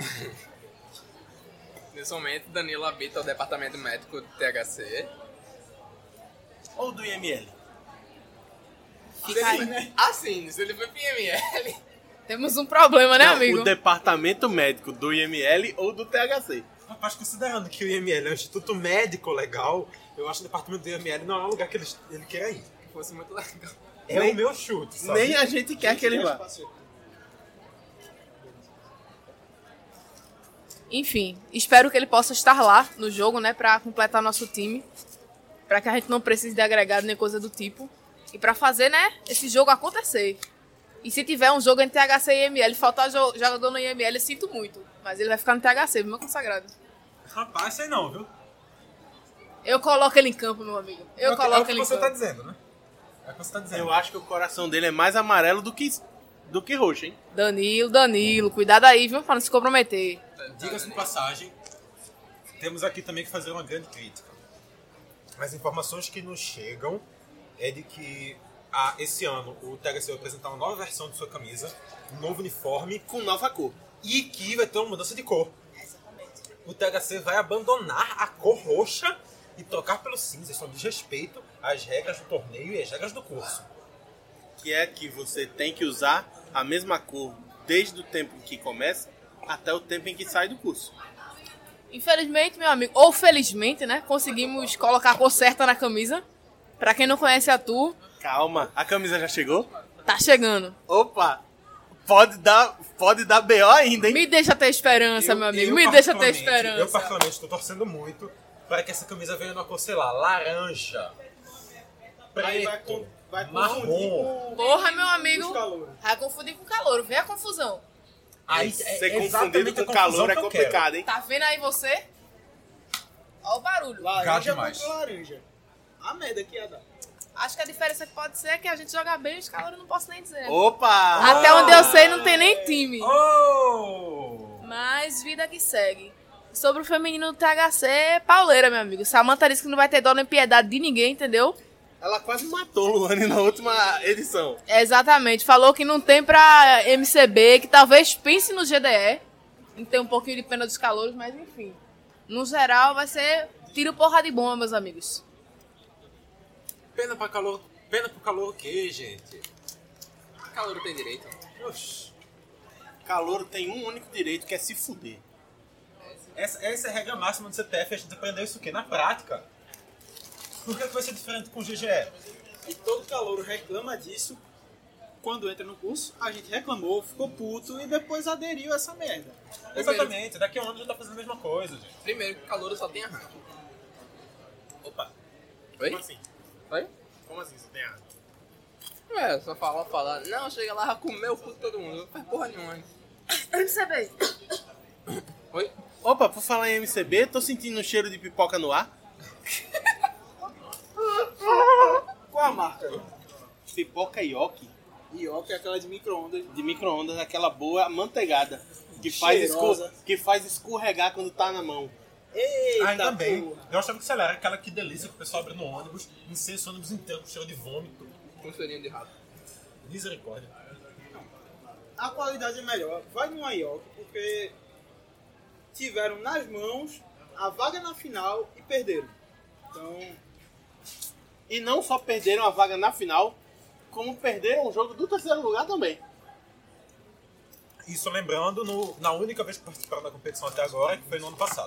Nesse momento, Danilo habita o departamento médico do THC. Ou do IML? Fica aí, né? Assim, se ele foi pro IML... Temos um problema, né, Não, amigo? o departamento médico do IML ou do THC. Rapaz, considerando que o IML é um instituto médico legal, eu acho que o departamento do IML não é um lugar que ele queira ir. Fosse muito legal. É o meu chute, sabe? Nem a gente quer que ele vá. Enfim, espero que ele possa estar lá no jogo, né? Pra completar nosso time. Pra que a gente não precise de agregado nem coisa do tipo. E pra fazer, né? Esse jogo acontecer. E se tiver um jogo entre THC e IML, faltar jogador no IML, eu sinto muito. Mas ele vai ficar no THC, meu consagrado. Rapaz, sei não, viu? Eu coloco ele em campo, meu amigo. Eu coloco é o que ele em você campo. tá dizendo, né? É o que você tá dizendo. Eu acho que o coração dele é mais amarelo do que roxo, hein? Danilo, cuidado aí, viu? Pra não se comprometer. Diga-se de passagem, temos aqui também que fazer uma grande crítica. As informações que nos chegam é de que esse ano o THC vai apresentar uma nova versão de sua camisa, um novo uniforme com nova cor. E que vai ter uma mudança de cor. O THC vai abandonar a cor roxa e trocar pelo cinza. Isso é um desrespeito às regras do torneio e às regras do curso. Que é que você tem que usar a mesma cor desde o tempo em que começa até o tempo em que sai do curso. Infelizmente, meu amigo, ou felizmente, né? Conseguimos colocar a cor certa na camisa. Pra quem não conhece a tour... Calma, a camisa já chegou? Tá chegando. Opa! Pode dar BO ainda, hein? Me deixa ter esperança, meu amigo. Me deixa ter esperança. Eu, particularmente, estou torcendo muito para que essa camisa venha numa cor, sei lá, laranja, preto, marrom. Porra, meu amigo. Vai confundir com calor. Vê a confusão. Aí, ser confundido com calor é complicado, hein? Tá vendo aí você? Olha o barulho. Laranja contra laranja. A merda que ia dar. Acho que a diferença que pode ser é que a gente joga bem e os calores não posso nem dizer. Opa! Até onde eu sei não tem nem time. Oh! Mas vida que segue. Sobre o feminino do THC, pauleira, meu amigo. Samantha disse que não vai ter dó nem piedade de ninguém, entendeu? Ela quase matou o Luane na última edição. Exatamente. Falou que não tem pra MCB, que talvez pense no GDE. Não tem um pouquinho de pena dos calouros, mas enfim. No geral, vai ser tiro porra de bomba, meus amigos. Pena pro calor o quê, gente? Calor tem direito. Oxi. Calor tem um único direito, que é se fuder. Essa é a regra máxima do CPF, a gente aprendeu isso o quê? Na prática. Por que vai ser diferente com o GGE? E todo calouro reclama disso. Quando entra no curso, a gente reclamou, ficou puto e depois aderiu a essa merda. Exatamente, daqui a um ano já tá fazendo a mesma coisa, gente. Primeiro que calor só tem a rádio. Opa. Oi? Como assim? Oi? Como assim você tem rádio? Ué, só falar. Não, chega lá, comeu o cu de todo mundo. Não faz porra nenhuma. MCB. Oi? Opa, por falar em MCB, tô sentindo um cheiro de pipoca no ar. Qual a marca? Pipoca Yoki. Yoki é aquela de micro-ondas. De micro-ondas, aquela boa manteigada. Que faz escorregar quando tá na mão. Eita, Ainda bem. porra. Eu achava que, sei lá, era aquela que delícia que o pessoal abre no ônibus, incensa o ônibus inteiro com cheiro de vômito. Com cheirinho de rato. Misericórdia. A qualidade é melhor. Vai numa Yoki, porque tiveram nas mãos a vaga na final e perderam. Então... E não só perderam a vaga na final, como perderam o jogo do terceiro lugar também. Isso lembrando na única vez que participaram da competição até agora, que foi no ano passado.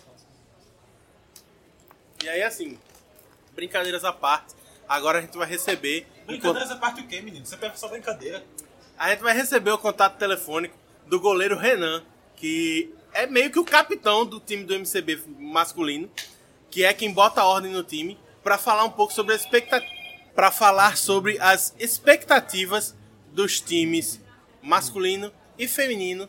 E aí, assim, brincadeiras à parte, agora a gente vai receber... Brincadeiras à parte o quê, menino? Você pega só brincadeira. A gente vai receber o contato telefônico do goleiro Renan, que é meio que o capitão do time do MCB masculino, que é quem bota a ordem no time, para falar um pouco sobre as expectativas dos times masculino e feminino.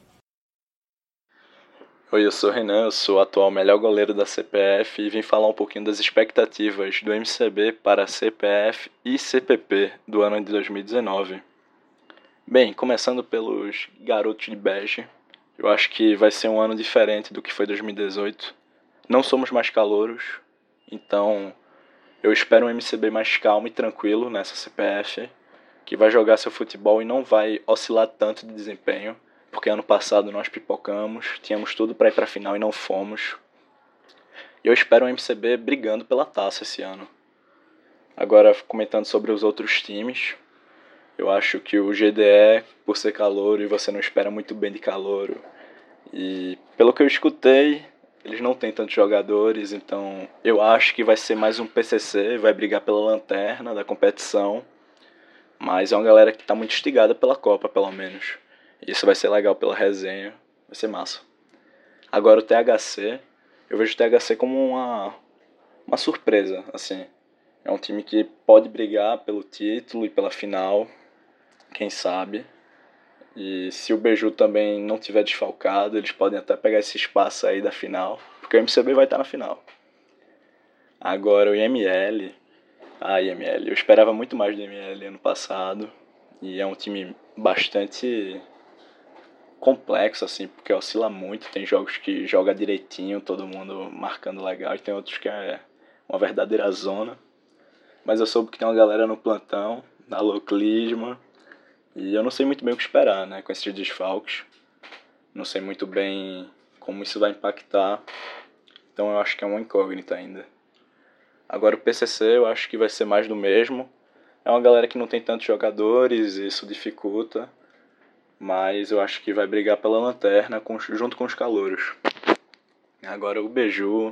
Oi, eu sou o Renan, eu sou o atual melhor goleiro da CPF e vim falar um pouquinho das expectativas do MCB para a CPF e CPP do ano de 2019. Bem, começando pelos garotos de bege, eu acho que vai ser um ano diferente do que foi 2018. Não somos mais calouros, então eu espero um MCB mais calmo e tranquilo nessa CPF, que vai jogar seu futebol e não vai oscilar tanto de desempenho, porque ano passado nós pipocamos, tínhamos tudo para ir para a final e não fomos. E eu espero um MCB brigando pela taça esse ano. Agora, comentando sobre os outros times, eu acho que o GDE, por ser calouro e você não espera muito bem de calouro, e pelo que eu escutei, eles não têm tantos jogadores, então eu acho que vai ser mais um PCC, vai brigar pela lanterna da competição, mas é uma galera que está muito instigada pela Copa, pelo menos. Isso vai ser legal pela resenha, vai ser massa. Agora o THC, eu vejo o THC como uma surpresa, assim. É um time que pode brigar pelo título e pela final, quem sabe. E se o Beju também não tiver desfalcado, eles podem até pegar esse espaço aí da final, porque o MCB vai estar na final. Agora o IML, eu esperava muito mais do IML ano passado, e é um time bastante complexo, assim, porque oscila muito. Tem jogos que joga direitinho, todo mundo marcando legal, e tem outros que é uma verdadeira zona. Mas eu soube que tem uma galera no plantão, na Loclisma, e eu não sei muito bem o que esperar, né, com esses desfalques. Não sei muito bem como isso vai impactar, então eu acho que é uma incógnita ainda. Agora o PCC eu acho que vai ser mais do mesmo. É uma galera que não tem tantos jogadores, e isso dificulta, mas eu acho que vai brigar pela lanterna junto com os calouros. Agora o Beju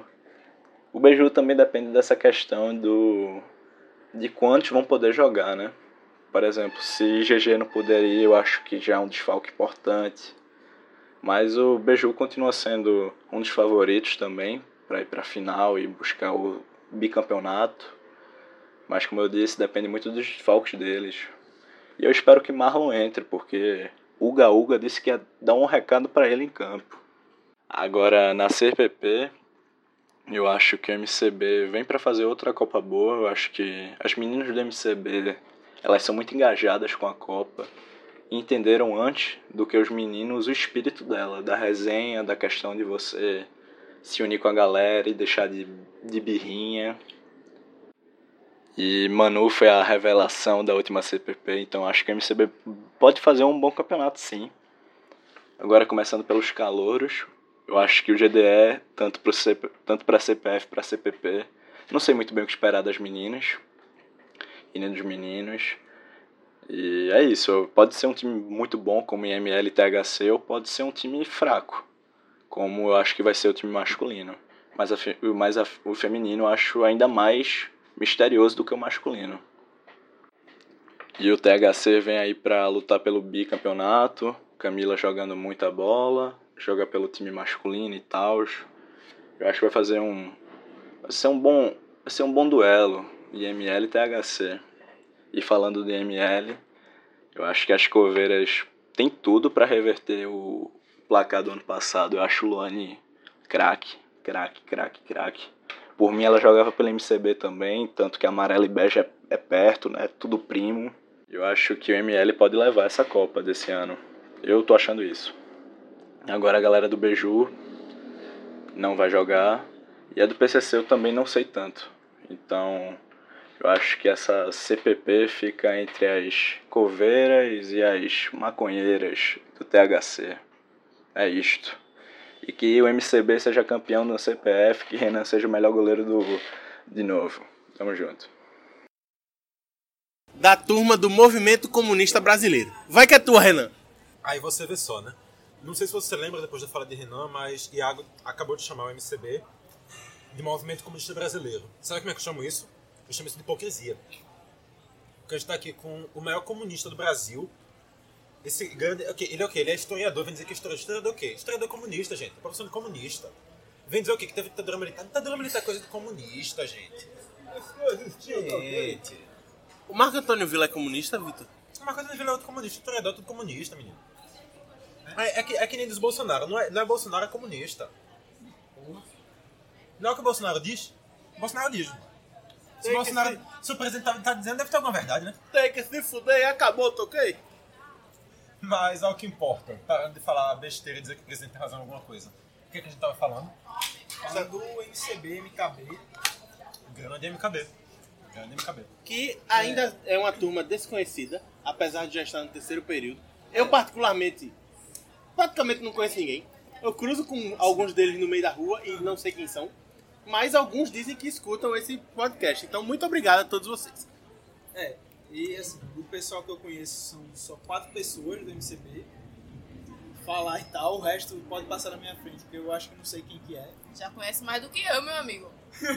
também depende dessa questão de quantos vão poder jogar, né? Por exemplo, se GG não puder ir, eu acho que já é um desfalque importante. Mas o Beju continua sendo um dos favoritos também para ir para a final e buscar o bicampeonato. Mas como eu disse, depende muito dos desfalques deles. E eu espero que Marlon entre, porque Uga disse que ia dar um recado para ele em campo. Agora, na CPP, eu acho que o MCB vem para fazer outra Copa boa. Eu acho que as meninas do MCB, elas são muito engajadas com a Copa e entenderam antes do que os meninos o espírito dela, da resenha, da questão de você se unir com a galera e deixar de birrinha. E Manu foi a revelação da última CPP, então acho que a MCB pode fazer um bom campeonato, sim. Agora, começando pelos calouros, eu acho que o GDE, tanto para CPF para CPP, não sei muito bem o que esperar das meninas e nem dos meninos. E é isso, pode ser um time muito bom como IML e THC, ou pode ser um time fraco, como eu acho que vai ser o time masculino. Mas o feminino eu acho ainda mais misterioso do que o masculino. E o THC vem aí pra lutar pelo bicampeonato. Camila jogando muita bola, joga pelo time masculino e tal. Eu acho que vai ser um bom duelo, IML e THC. E falando de IML, eu acho que as coveiras têm tudo pra reverter o placar do ano passado. Eu acho o Luane craque. Por mim, ela jogava pelo MCB também, tanto que amarelo e bege é perto, né? Tudo primo. Eu acho que o ML pode levar essa Copa desse ano. Eu tô achando isso. Agora a galera do Beju não vai jogar. E a do PCC eu também não sei tanto. Então, eu acho que essa CPP fica entre as coveiras e as maconheiras do THC. É isto. E que o MCB seja campeão no CPF, que Renan seja o melhor goleiro de novo. Tamo junto. Da turma do Movimento Comunista Brasileiro. Vai que é tua, Renan. Aí você vê só, né? Não sei se você lembra, depois da fala de Renan, mas Iago acabou de chamar o MCB de Movimento Comunista Brasileiro. Sabe como é que eu chamo isso? Eu chamo isso de hipocrisia. Porque a gente tá aqui com o maior comunista do Brasil. Esse grande... Ele é o quê? Ele é historiador. Vem dizer que é historiador o quê? Historiador comunista, gente. Profissão de comunista. Vem dizer o quê? Que teve ditadura militar. Ditadura militar é coisa de comunista, gente. Gente. O Marco Antônio Villa é comunista, Vitor? Uma coisa de Vila é outro comunista, o historiador é tudo comunista, menino. É que nem diz Bolsonaro, não é Bolsonaro, é comunista. Não é o que o Bolsonaro diz? O Bolsonaro diz. Se o presidente tá dizendo, deve ter alguma verdade, né? Tem que se fuder e acabou, toquei? Mas é o que importa, parando de falar besteira e dizer que o presidente tem razão em alguma coisa. O que a gente tava falando? Falando do MCB, MKB. Grande MKB. Que ainda é uma turma desconhecida, apesar de já estar no terceiro período. Eu, particularmente, praticamente não conheço ninguém. Eu cruzo com alguns deles no meio da rua e não sei quem são. Mas alguns dizem que escutam esse podcast. Então, muito obrigado a todos vocês. E assim, o pessoal que eu conheço são só 4 pessoas do MCB. Falar e tal, o resto pode passar na minha frente, porque eu acho que eu não sei quem que é. Já conhece mais do que eu, meu amigo.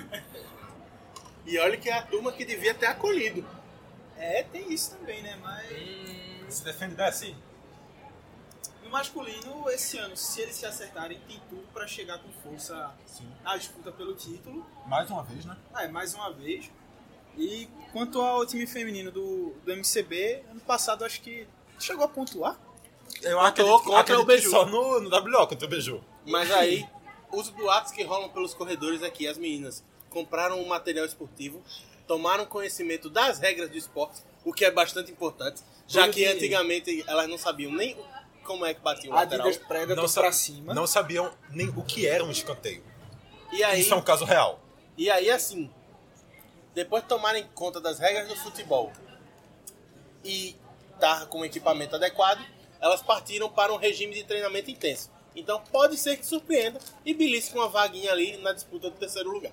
E olha que é a turma que devia ter acolhido. Tem isso também, né? Mas Se defende dessa? no masculino, esse ano, se eles se acertarem, tem tudo pra chegar com força na disputa pelo título. Mais uma vez, né? Mais uma vez. E quanto ao time feminino do MCB, ano passado acho que chegou a pontuar. Eu contra o Beiju. Só no WO contra o Beiju. Mas aí, os boatos que rolam pelos corredores aqui, as meninas compraram um material esportivo, tomaram conhecimento das regras do esporte, o que é bastante importante, já que antigamente elas não sabiam nem como é que batiam o lateral. Adidas Predator pra cima. Não sabiam nem o que era um escanteio. E aí, isso é um caso real. E aí, assim, depois de tomarem conta das regras do futebol e estar com o equipamento adequado, elas partiram para um regime de treinamento intenso. Então pode ser que surpreenda e belisque uma vaguinha ali na disputa do terceiro lugar.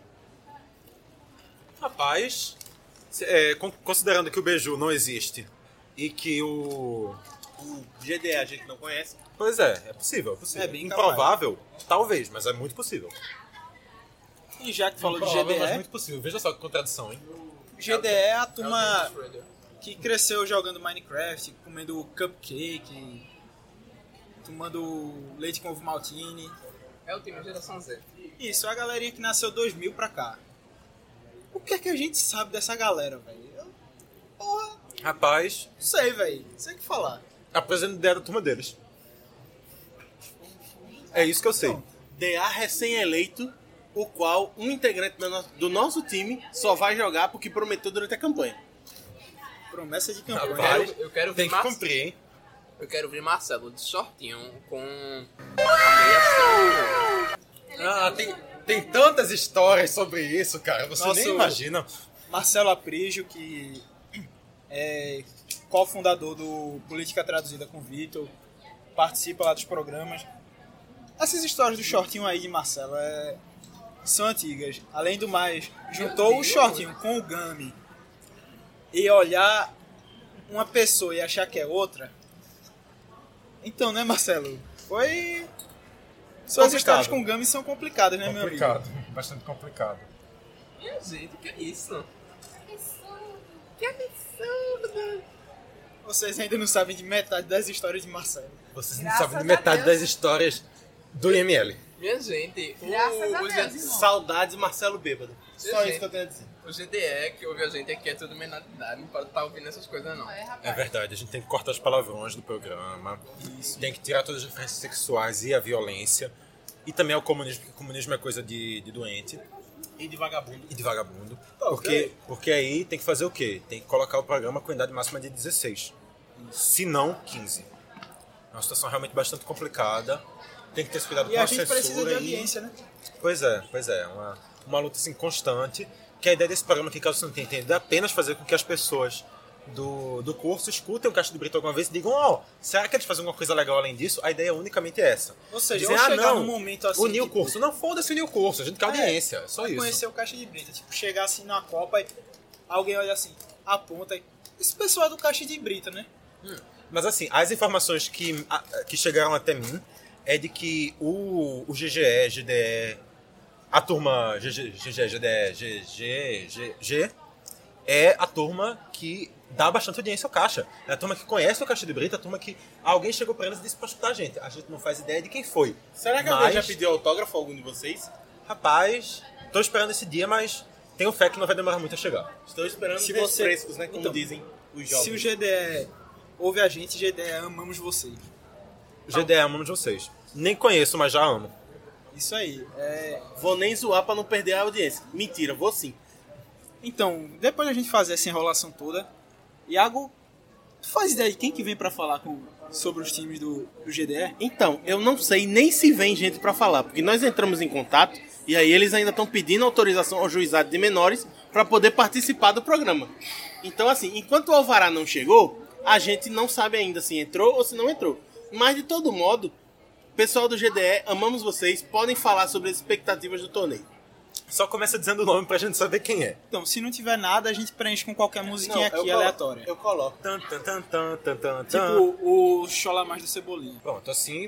Rapaz, considerando que o Beiju não existe e que o GDE a gente não conhece. Pois é possível. É bem improvável, talvez, mas é muito possível. E já que falou de Improvável, GDE, mas muito possível. Veja só que contradição, hein? GDE é a turma que cresceu jogando Minecraft, comendo cupcake, tomando leite com ovo maltine. É o time geração Z. Isso, é a galerinha que nasceu 2000 pra cá. O que é que a gente sabe dessa galera, velho? Porra, Rapaz, não sei, velho. Não sei o que falar. apresenta ideia da turma deles. É isso que eu sei. DA recém-eleito, o qual um integrante do nosso time só vai jogar porque prometeu durante a campanha. Promessa de campanha. Rapaz, Eu quero tem ver que cumprir, hein? Eu quero ver Marcelo de shortinho com a meia Tem tantas histórias sobre isso, cara. Você Nosso- nem imagina. Marcelo Aprígio, que é cofundador do Política Traduzida com Vitor, participa lá dos programas. Essas histórias do shortinho aí de Marcelo são antigas. Além do mais, juntou o shortinho com o Gami e olhar uma pessoa e achar que é outra. Então, né, Marcelo? Suas histórias com o Gami são complicadas, né, meu amigo? Bastante complicado. Minha gente, que é isso? Que absurdo. Vocês ainda não sabem de metade das histórias de Marcelo. Vocês não Graças sabem de a metade Deus. das histórias do IML. Minha gente, Graças a Deus, irmão. Saudades Marcelo Bêbado. Só Gente. isso que eu tenho a dizer. O GDE que ouve a gente aqui é tudo menor de idade, não pode estar ouvindo essas coisas não. É verdade, a gente tem que cortar os palavrões do programa. Tem que tirar todas as referências sexuais e a violência. E também o comunismo, porque o comunismo é coisa de doente. E de vagabundo. E de vagabundo. Porque aí tem que fazer o quê? Tem que colocar o programa com idade máxima de 16. Se não, 15. É uma situação realmente bastante complicada. Tem que ter esse cuidado E com a a gente censura. precisa de audiência, né? Pois é. Uma luta assim, constante. Que a ideia desse programa aqui, caso você não tenha entendido, é apenas fazer com que as pessoas do curso escutem o Caixa de Brito alguma vez e digam, será que eles fazem alguma coisa legal além disso? A ideia unicamente é essa. Ou seja, Dizer, ou chegar não, num momento assim, unir o tipo, curso. Não, foda-se unir o curso, a gente quer audiência, é só vai isso. conhecer o Caixa de Brita. Tipo, chegar assim na Copa e alguém olha assim, aponta. Esse pessoal é do Caixa de Brita, né? Mas assim, as informações que chegaram até mim é de que o GGE, GDE, a turma GGE, GDE, GG é a turma que dá bastante audiência ao Caixa. É a turma que conhece o Caixa de Brito, a turma que alguém chegou pra eles e disse pra escutar a gente. A gente não faz ideia de quem foi. Será que alguém já pediu autógrafo a algum de vocês? Rapaz, tô esperando esse dia, mas tenho fé que não vai demorar muito a chegar. Estou esperando Se os você- frescos, né? Como Então, dizem os jovens. Se o GDE ouve a gente, GDE amamos vocês. GDE, amamos vocês. Nem conheço, mas já amo. Isso aí. Vou nem zoar pra não perder a audiência. Mentira, vou sim. Então, depois da gente fazer essa enrolação toda, Iago, tu faz ideia de quem que vem pra falar sobre os times do GDE? Então, eu não sei nem se vem gente pra falar, porque nós entramos em contato e aí eles ainda estão pedindo autorização ao juizado de menores pra poder participar do programa. Então, assim, enquanto o alvará não chegou, a gente não sabe ainda se entrou ou se não entrou. Mas, de todo modo, pessoal do GDE, amamos vocês, podem falar sobre as expectativas do torneio. Só começa dizendo o nome pra gente saber quem é. Então, se não tiver nada, a gente preenche com qualquer musiquinha aqui eu aleatória. Eu coloco. Tan, tan, tan, tan, tan, tan, tan. Tipo o Chola Mais do Cebolinha. Pronto, assim...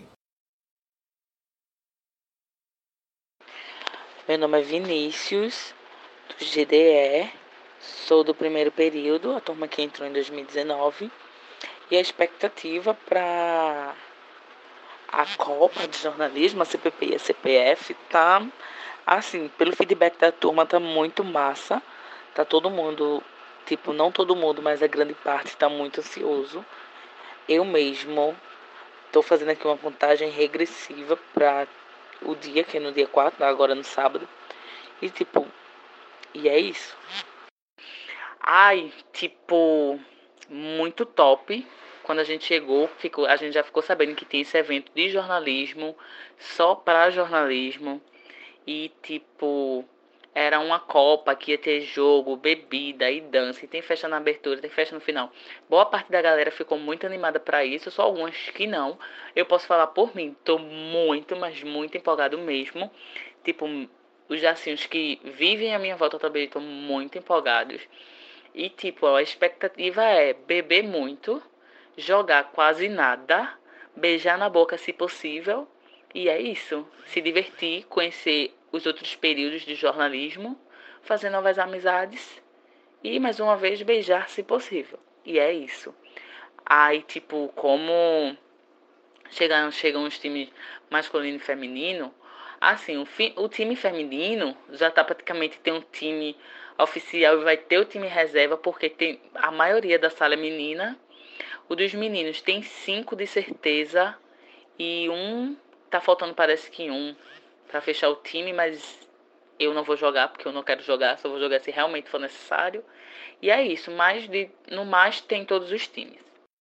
Meu nome é Vinícius, do GDE, sou do primeiro período, a turma que entrou em 2019, e a expectativa para a Copa de Jornalismo, a CPP e a CPF, tá, assim, pelo feedback da turma, tá muito massa, tá todo mundo, tipo, não todo mundo, mas a grande parte tá muito ansioso. Eu mesmo tô fazendo aqui uma contagem regressiva para o dia, que é no dia 4, agora no sábado. E tipo, e é isso. Ai, tipo, muito top. Quando a gente chegou, a gente já ficou sabendo que tinha esse evento de jornalismo, só para jornalismo. E tipo, era uma Copa que ia ter jogo, bebida e dança. E tem festa na abertura, tem festa no final. Boa parte da galera ficou muito animada para isso, só algumas que não. Eu posso falar por mim, tô muito, mas muito empolgado mesmo. Tipo, os jacinhos que vivem à minha volta também estão muito empolgados. E tipo, a expectativa é beber muito, jogar quase nada, beijar na boca se possível. E é isso, se divertir, conhecer os outros períodos de jornalismo, fazer novas amizades e, mais uma vez, beijar se possível. E é isso. Aí, tipo, como chegam os times masculino e feminino, assim, o time feminino já tá praticamente, tem um time oficial e vai ter o time reserva, porque tem a maioria da sala é menina. O dos meninos tem 5 de certeza e tá faltando, parece que para fechar o time, mas eu não vou jogar, porque eu não quero jogar, só vou jogar se realmente for necessário. E é isso, no mais tem todos os times.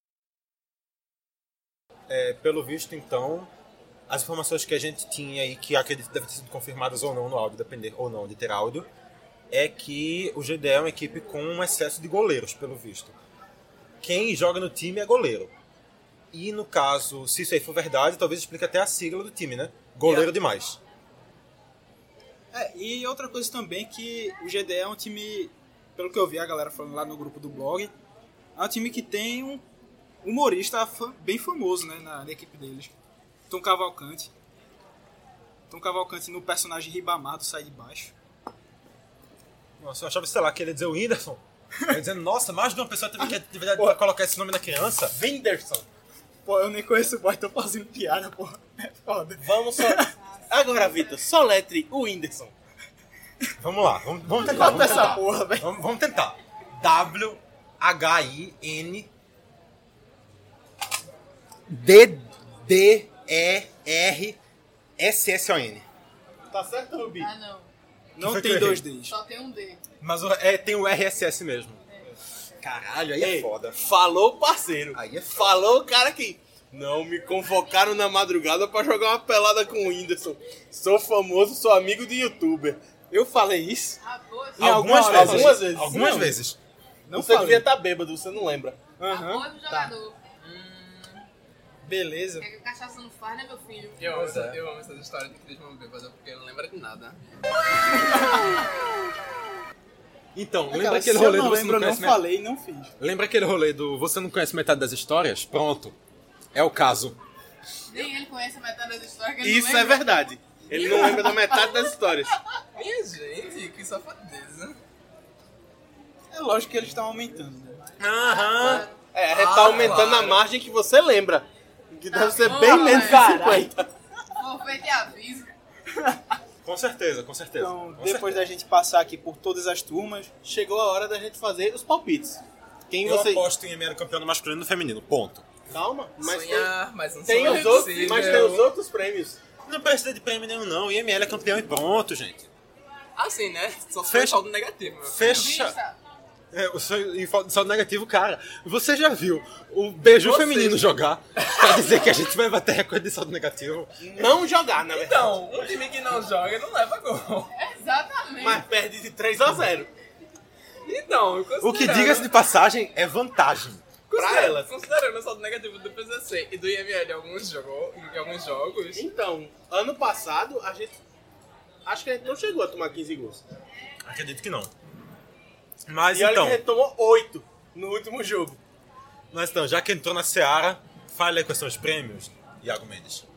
Pelo visto, então, as informações que a gente tinha e que acredito devem ter sido confirmadas ou não no áudio, depender ou não de ter áudio, é que o GDE é uma equipe com um excesso de goleiros, pelo visto. Quem joga no time é goleiro. E no caso, se isso aí for verdade, talvez explique até a sigla do time, né? Goleiro demais. E outra coisa também, que o GDE é um time, pelo que eu vi a galera falando lá no grupo do blog, é um time que tem um humorista bem famoso, né, na equipe deles. Tom Cavalcante. Tom Cavalcante no personagem Ribamar do Sai de Baixo. Nossa, eu achava, sei lá, que ele ia dizer o Whindersson. Eu ia dizendo, nossa, mais de uma pessoa teve que colocar esse nome na criança. Whindersson. Pô, eu nem conheço o boy, tô fazendo piada, pô. É foda. Vamos só... Agora, Vitor, soletre o Whindersson. Vamos lá, vamos tentar. Bota essa porra, velho. Vamos tentar. W-H-I-N D-D-E-R-S-S-O-N. Tá certo, Rubi? Ah, não. Não tem 2 Ds. Só tem um D. Mas tem o RSS mesmo. Caralho, aí é foda. Falou parceiro. Aí é Falou o cara que não me convocaram na madrugada pra jogar uma pelada com o Whindersson. Sou famoso, sou amigo de youtuber. Eu falei isso? Algumas vezes. Algumas Não. vezes. Não, você devia estar bêbado, você não lembra. Apoio do jogador. Beleza. É que cachaça não faz, né, meu filho? Eu amo essas histórias de Crisman bêbado, porque eu não lembro de nada. Então, Cara, lembra se aquele eu rolê não do você lembro, não eu não conhece falei, não fiz. Lembra aquele rolê do você não conhece metade das histórias? Pronto. É o caso. Nem ele conhece a metade das histórias que ele Isso não é lembra. verdade. Ele não lembra da metade das histórias. Minha gente, que safadeza. É lógico que eles estão aumentando, né? Aham. Tá aumentando a margem que você lembra. Que deve ser bem menos de 50. Vou feito e aviso. Com certeza, com certeza. Então, Com depois certeza. da gente passar aqui por todas as turmas, chegou a hora da gente fazer os palpites. Quem Eu você... aposto em ML campeão no masculino e no feminino, ponto. Calma, mas Sonhar, mas não tem sonho os outros, possível. mas tem os outros prêmios. Não precisa de prêmio nenhum, não. IML é campeão e pronto, gente. Assim, né? Só se for saldo negativo. meu filho. Fecha. Em saldo negativo, cara. Você já viu o Beiju feminino jogar pra dizer que a gente vai bater recorde de saldo negativo? Não jogar, na verdade. Então, um time que não joga não leva gol. Exatamente. Mas perde de 3-0. Então, O que, diga-se de passagem, é vantagem. Pra elas. Considerando o saldo negativo do PCC e do IML em alguns jogos... Então, ano passado, a gente... Acho que a gente não chegou a tomar 15 gols. Acredito que não. Mas E olha então... que a gente tomou 8 no último jogo. Mas então, já que entrou na Seara, fale aí quais são os prêmios, Iago Mendes.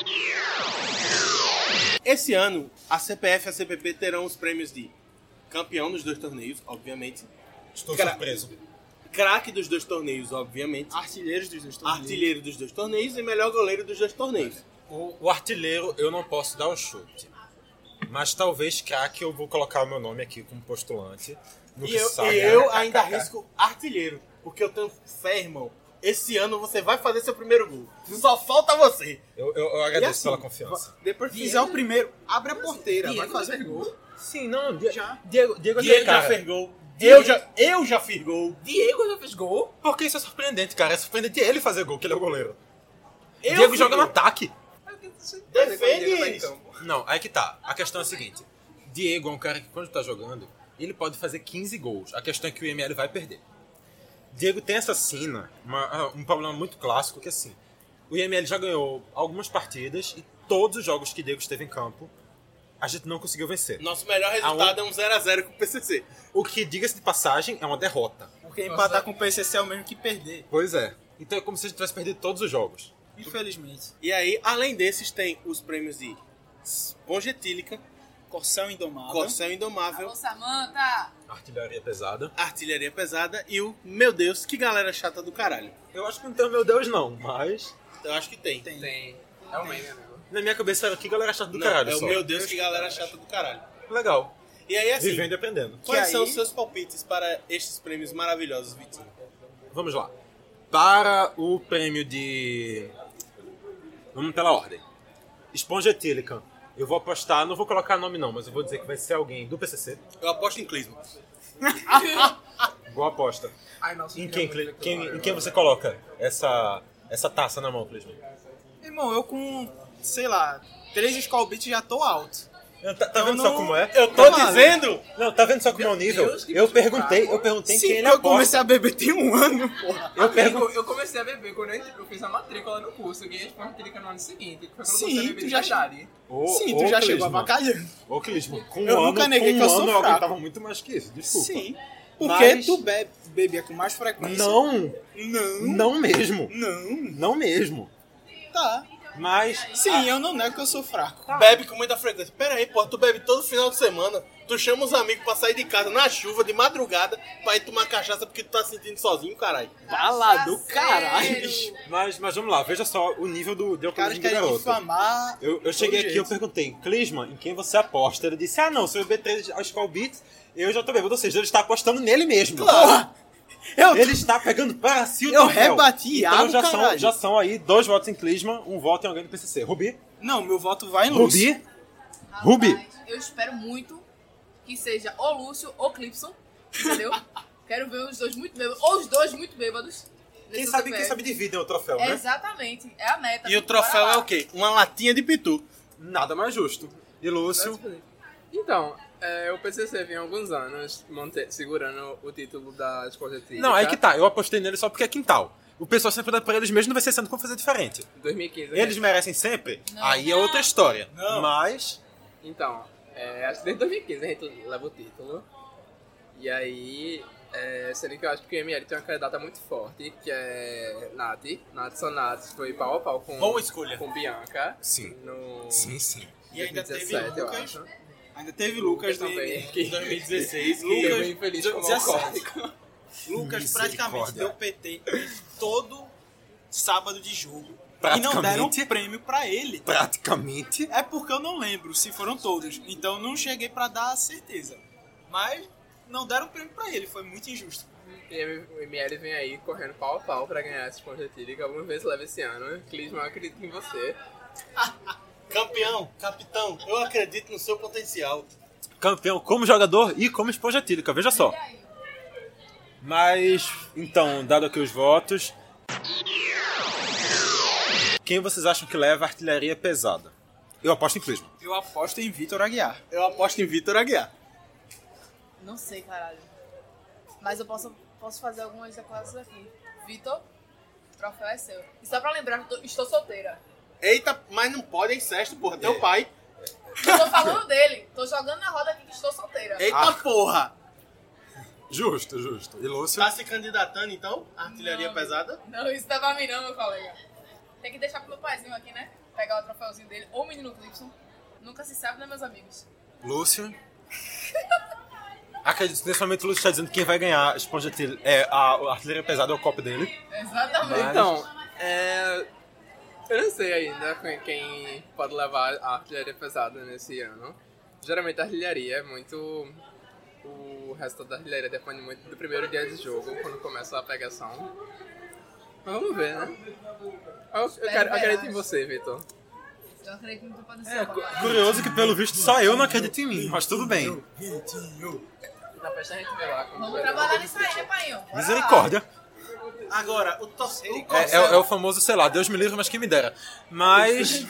Esse ano, a CPF e a CPP terão os prêmios de campeão dos 2 torneios, obviamente. Estou surpreso. Craque dos 2 torneios, obviamente. artilheiros dos 2 torneios. Artilheiro dos 2 torneios e melhor goleiro dos 2 torneios. O artilheiro eu não posso dar o chute. Mas talvez craque eu vou colocar o meu nome aqui como postulante. No que E eu ainda arrisco artilheiro. Porque eu tenho fé, irmão. Esse ano você vai fazer seu primeiro gol. Só falta você. Eu agradeço assim, pela confiança. Depois que fizer o primeiro, abre a porteira, vai Diego fazer gol. Sim, não, Já. Diego Diego já já fez gol. Eu já fiz gol. Diego já fez gol. Porque isso é surpreendente, cara. É surpreendente ele fazer gol, que ele é o goleiro. Eu Diego fiz joga no gol. ataque. Defende eles. Não, aí que tá. A questão é a seguinte. Diego é um cara que quando tá jogando, ele pode fazer 15 gols. A questão é que o IML vai perder. Diego tem essa sina, um problema muito clássico, que assim, o IML já ganhou algumas partidas e todos os jogos que Diego esteve em campo, a gente não conseguiu vencer. Nosso melhor resultado é um 0-0 com o PCC. O que, diga-se de passagem, é uma derrota. Porque empatar com o PCC é o mesmo que perder, Pois é. Então é como se a gente tivesse perdido todos os jogos. infelizmente. E aí, além desses, tem os prêmios de Esponja Etílica, Corcel Indomável. Corcel Indomável, Alô, Samanta! Artilharia pesada. Artilharia Pesada e o Meu Deus, que galera chata do caralho. Eu acho que não tem o meu Deus não, mas... Eu acho que tem. Tem. É o meme, amigo. Na minha cabeça era que galera chata do Não, caralho é o só. Meu Deus, que galera chata do caralho. Legal. E aí, assim, Vivendo e aprendendo. quais Que são aí- os seus palpites para estes prêmios maravilhosos, Vitinho? Vamos lá. Para o prêmio de... Vamos pela ordem. Esponja Etílica. Eu vou apostar, não vou colocar nome não, mas eu vou dizer que vai ser alguém do PCC. Eu aposto em Clisma. Boa aposta. Ai, nossa, Em queria quem, muito quem, agora. em quem você coloca essa taça na mão, Clisman? Irmão, eu com, sei lá, 3 Skull Beats já tô alto. Tá vendo só não- como é? Eu tô Mano. dizendo! Não, tá vendo só como é o nível? Deus, que Eu bicho perguntei fraco. em Sim, quem ele eu comecei aposta. a beber tem um ano, porra. Eu comecei a beber quando eu fiz a matrícula no curso. Eu ganhei a esponja no ano seguinte. Foi quando eu Sim, comecei a beber tu de já- verdade. Sim, tu já chegou avacalhando. Ô, Clisman, com Eu nunca neguei que eu sou eu fraco. aguentava muito mais que isso, desculpa. Sim. Porque Mas- tu bebia com mais frequência. Não, Não. não mesmo. Não. Não mesmo. Tá. Mas... Sim, eu não nego que eu sou fraco. Bebe com muita frequência. Pera aí, pô, tu bebe todo final de semana. Tu chama os amigos pra sair de casa na chuva, de madrugada, pra ir tomar cachaça porque tu tá se sentindo sozinho, caralho. Fala do caralho, bicho. Mas vamos lá, veja só o nível de Os caras alcoolismo do querem garoto. difamar. Eu cheguei todo aqui, eu jeito. perguntei, Clisman, em quem você aposta? Ele disse, não, se eu beber 3 Skull Beats, eu já tô bebendo. Ou seja, ele está apostando nele mesmo. Porra! Ele está pegando para si o Eu troféu. rebati Então Iago, caralho. já são aí 2 votos em Clisman, 1 voto em alguém do PCC. Rubi? Não, meu voto vai em Lúcio. Rubi? Rubi? Rapaz, eu espero muito que seja ou Lúcio ou Clipson, entendeu? Quero ver os dois muito bêbados, ou os dois muito bêbados. Quem nesse sabe CPF. dividem o troféu, né? Exatamente, é a meta. E o troféu Bora é lá. o quê? Uma latinha de pitu. Nada mais justo. E Lúcio? Então, o PCC vinha há alguns anos segurando o título da esponja etílica. Não, aí que tá. Eu apostei nele só porque é quintal. O pessoal sempre dá pra eles mesmo, não vai ser sendo como fazer diferente. 2015. Eles merecem sempre? Aí é outra história. Não. Mas... Então, acho que desde 2015 a gente leva o título. E aí, seria que eu acho que o ML tem uma candidata muito forte, que é Nath. Nath Sonatos foi pau a pau com, Boa escolha. com Bianca. Sim. No sim. E ainda teve 2017, eu Lucas. acho. Ainda teve Lucas também. também. Que 2016, que Lucas eu foi infeliz como 17. alcoólico. Lucas praticamente Misericórdia. deu PT todo sábado de jogo. E não deram prêmio pra ele. Praticamente. É porque eu não lembro se foram todos. Então não cheguei pra dar certeza. Mas não deram prêmio pra ele. Foi muito injusto. E o ML vem aí correndo pau a pau pra ganhar essa esponja etílica. Vamos ver se leva esse ano. Clisman, eu acredito em você. Campeão, capitão, eu acredito no seu potencial. Campeão como jogador e como esponja etílica, veja só. Mas, então, dado aqui os votos, quem vocês acham que leva a artilharia pesada? Eu aposto em Clisman. Eu aposto em Vitor Aguiar. Eu aposto em Vitor Aguiar. Não sei, caralho. Mas eu posso fazer algumas declarações aqui. Vitor, o troféu é seu. E só pra lembrar que estou solteira. Eita, mas não pode, é incesto, porra. Teu pai. Eu tô falando dele. Tô jogando na roda aqui que estou solteira. Eita porra! Justo. E Lúcio? Tá se candidatando, então? A artilharia pesada? Não, isso tá pra mim não, meu colega. Tem que deixar pro meu paizinho aqui, né? Pegar o troféuzinho dele. Ou o menino Clipson. Nunca se sabe, né, meus amigos? Lúcio? Acredito, nesse momento o Lúcio está dizendo que quem vai ganhar a esponja a artilharia pesada é o copo dele. Exatamente. Mas... Então, eu não sei ainda quem pode levar a artilharia pesada nesse ano. Geralmente a artilharia é muito... O resto da artilharia depende muito do primeiro dia de jogo, quando começa a pegação. Mas vamos ver, né? Eu acredito em você, Vitor. Eu acredito muito pra descer. Curioso que, pelo visto, só eu não acredito em mim, mas tudo bem. Na festa a gente vê lá. Vamos trabalhar nisso aí, né, painho? Misericórdia. Agora, o torcedor... É o famoso, sei lá, Deus me livre, mas quem me dera. Mas...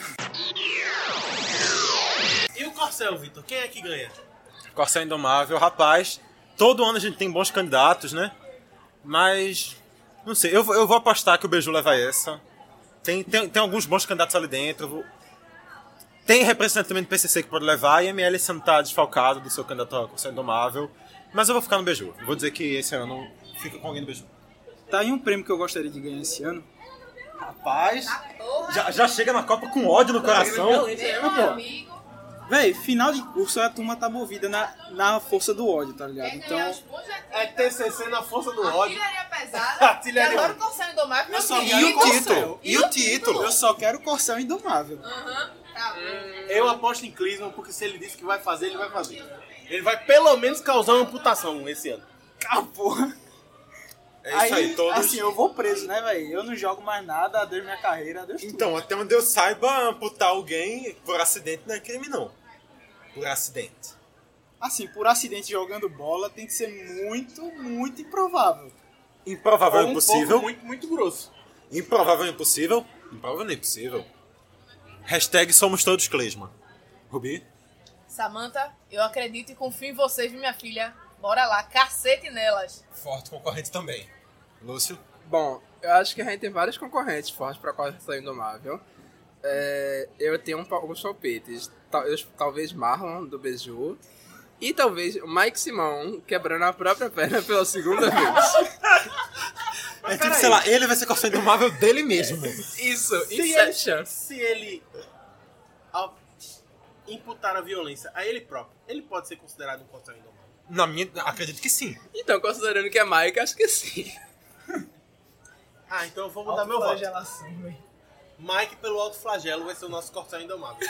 E o Corcel, Vitor? Quem é que ganha? Corcel Indomável, rapaz, todo ano a gente tem bons candidatos, né? Mas, não sei, eu vou apostar que o Beiju leva essa. Tem alguns bons candidatos ali dentro. Tem representante também do PCC que pode levar, e a ML esse ano tá desfalcado do seu candidato a Corcel Indomável. Mas eu vou ficar no Beiju. Vou dizer que esse ano fica com alguém do Beiju. Tá aí um prêmio que eu gostaria de ganhar esse ano. Rapaz, já chega na Copa com ódio no coração. Meu amigo. Véi, final de curso a turma tá movida na força do ódio, tá ligado? Então, É TCC na força do ódio. Artilharia pesada. Artilharia. E agora o Corcel Indomável. eu só meu quero filho. o Corcel. E o título? Eu só quero o Corcel Indomável. Tá. Eu aposto em Clisman, porque se ele disse que vai fazer, ele vai fazer. Ele vai pelo menos causar uma amputação esse ano. Ah, porra. É isso aí, todos... Assim, eu vou preso, né, velho? Eu não jogo mais nada, adeus minha carreira, adeus tudo. Então, até onde eu saiba, amputar alguém por acidente não é crime, não. Por acidente. Assim, por acidente jogando bola tem que ser muito, muito improvável. Improvável Ou um impossível. pouco muito, muito grosso. Improvável impossível. Improvável impossível. Hashtag somos todos Clisman. Rubi? Samantha, eu acredito e confio em vocês, minha filha. Bora lá, cacete nelas. Forte concorrente também. Lúcio? Bom, eu acho que a gente tem vários concorrentes fortes pra Corcel Indomável. Eu tenho alguns palpites. Talvez Marlon, do Beiju. E talvez o Mike Simão quebrando a própria perna pela segunda vez. É tipo, sei lá, ele vai ser Corcel Indomável dele mesmo. Isso, Inception. Se ele imputar a violência a ele próprio, ele pode ser considerado um Corcel Indomável? Na minha, acredito que sim. Então, considerando que é Mike, acho que sim. Ah, então eu vou mudar meu voto. Mike, pelo alto flagelo, vai ser o nosso Corcel Indomável.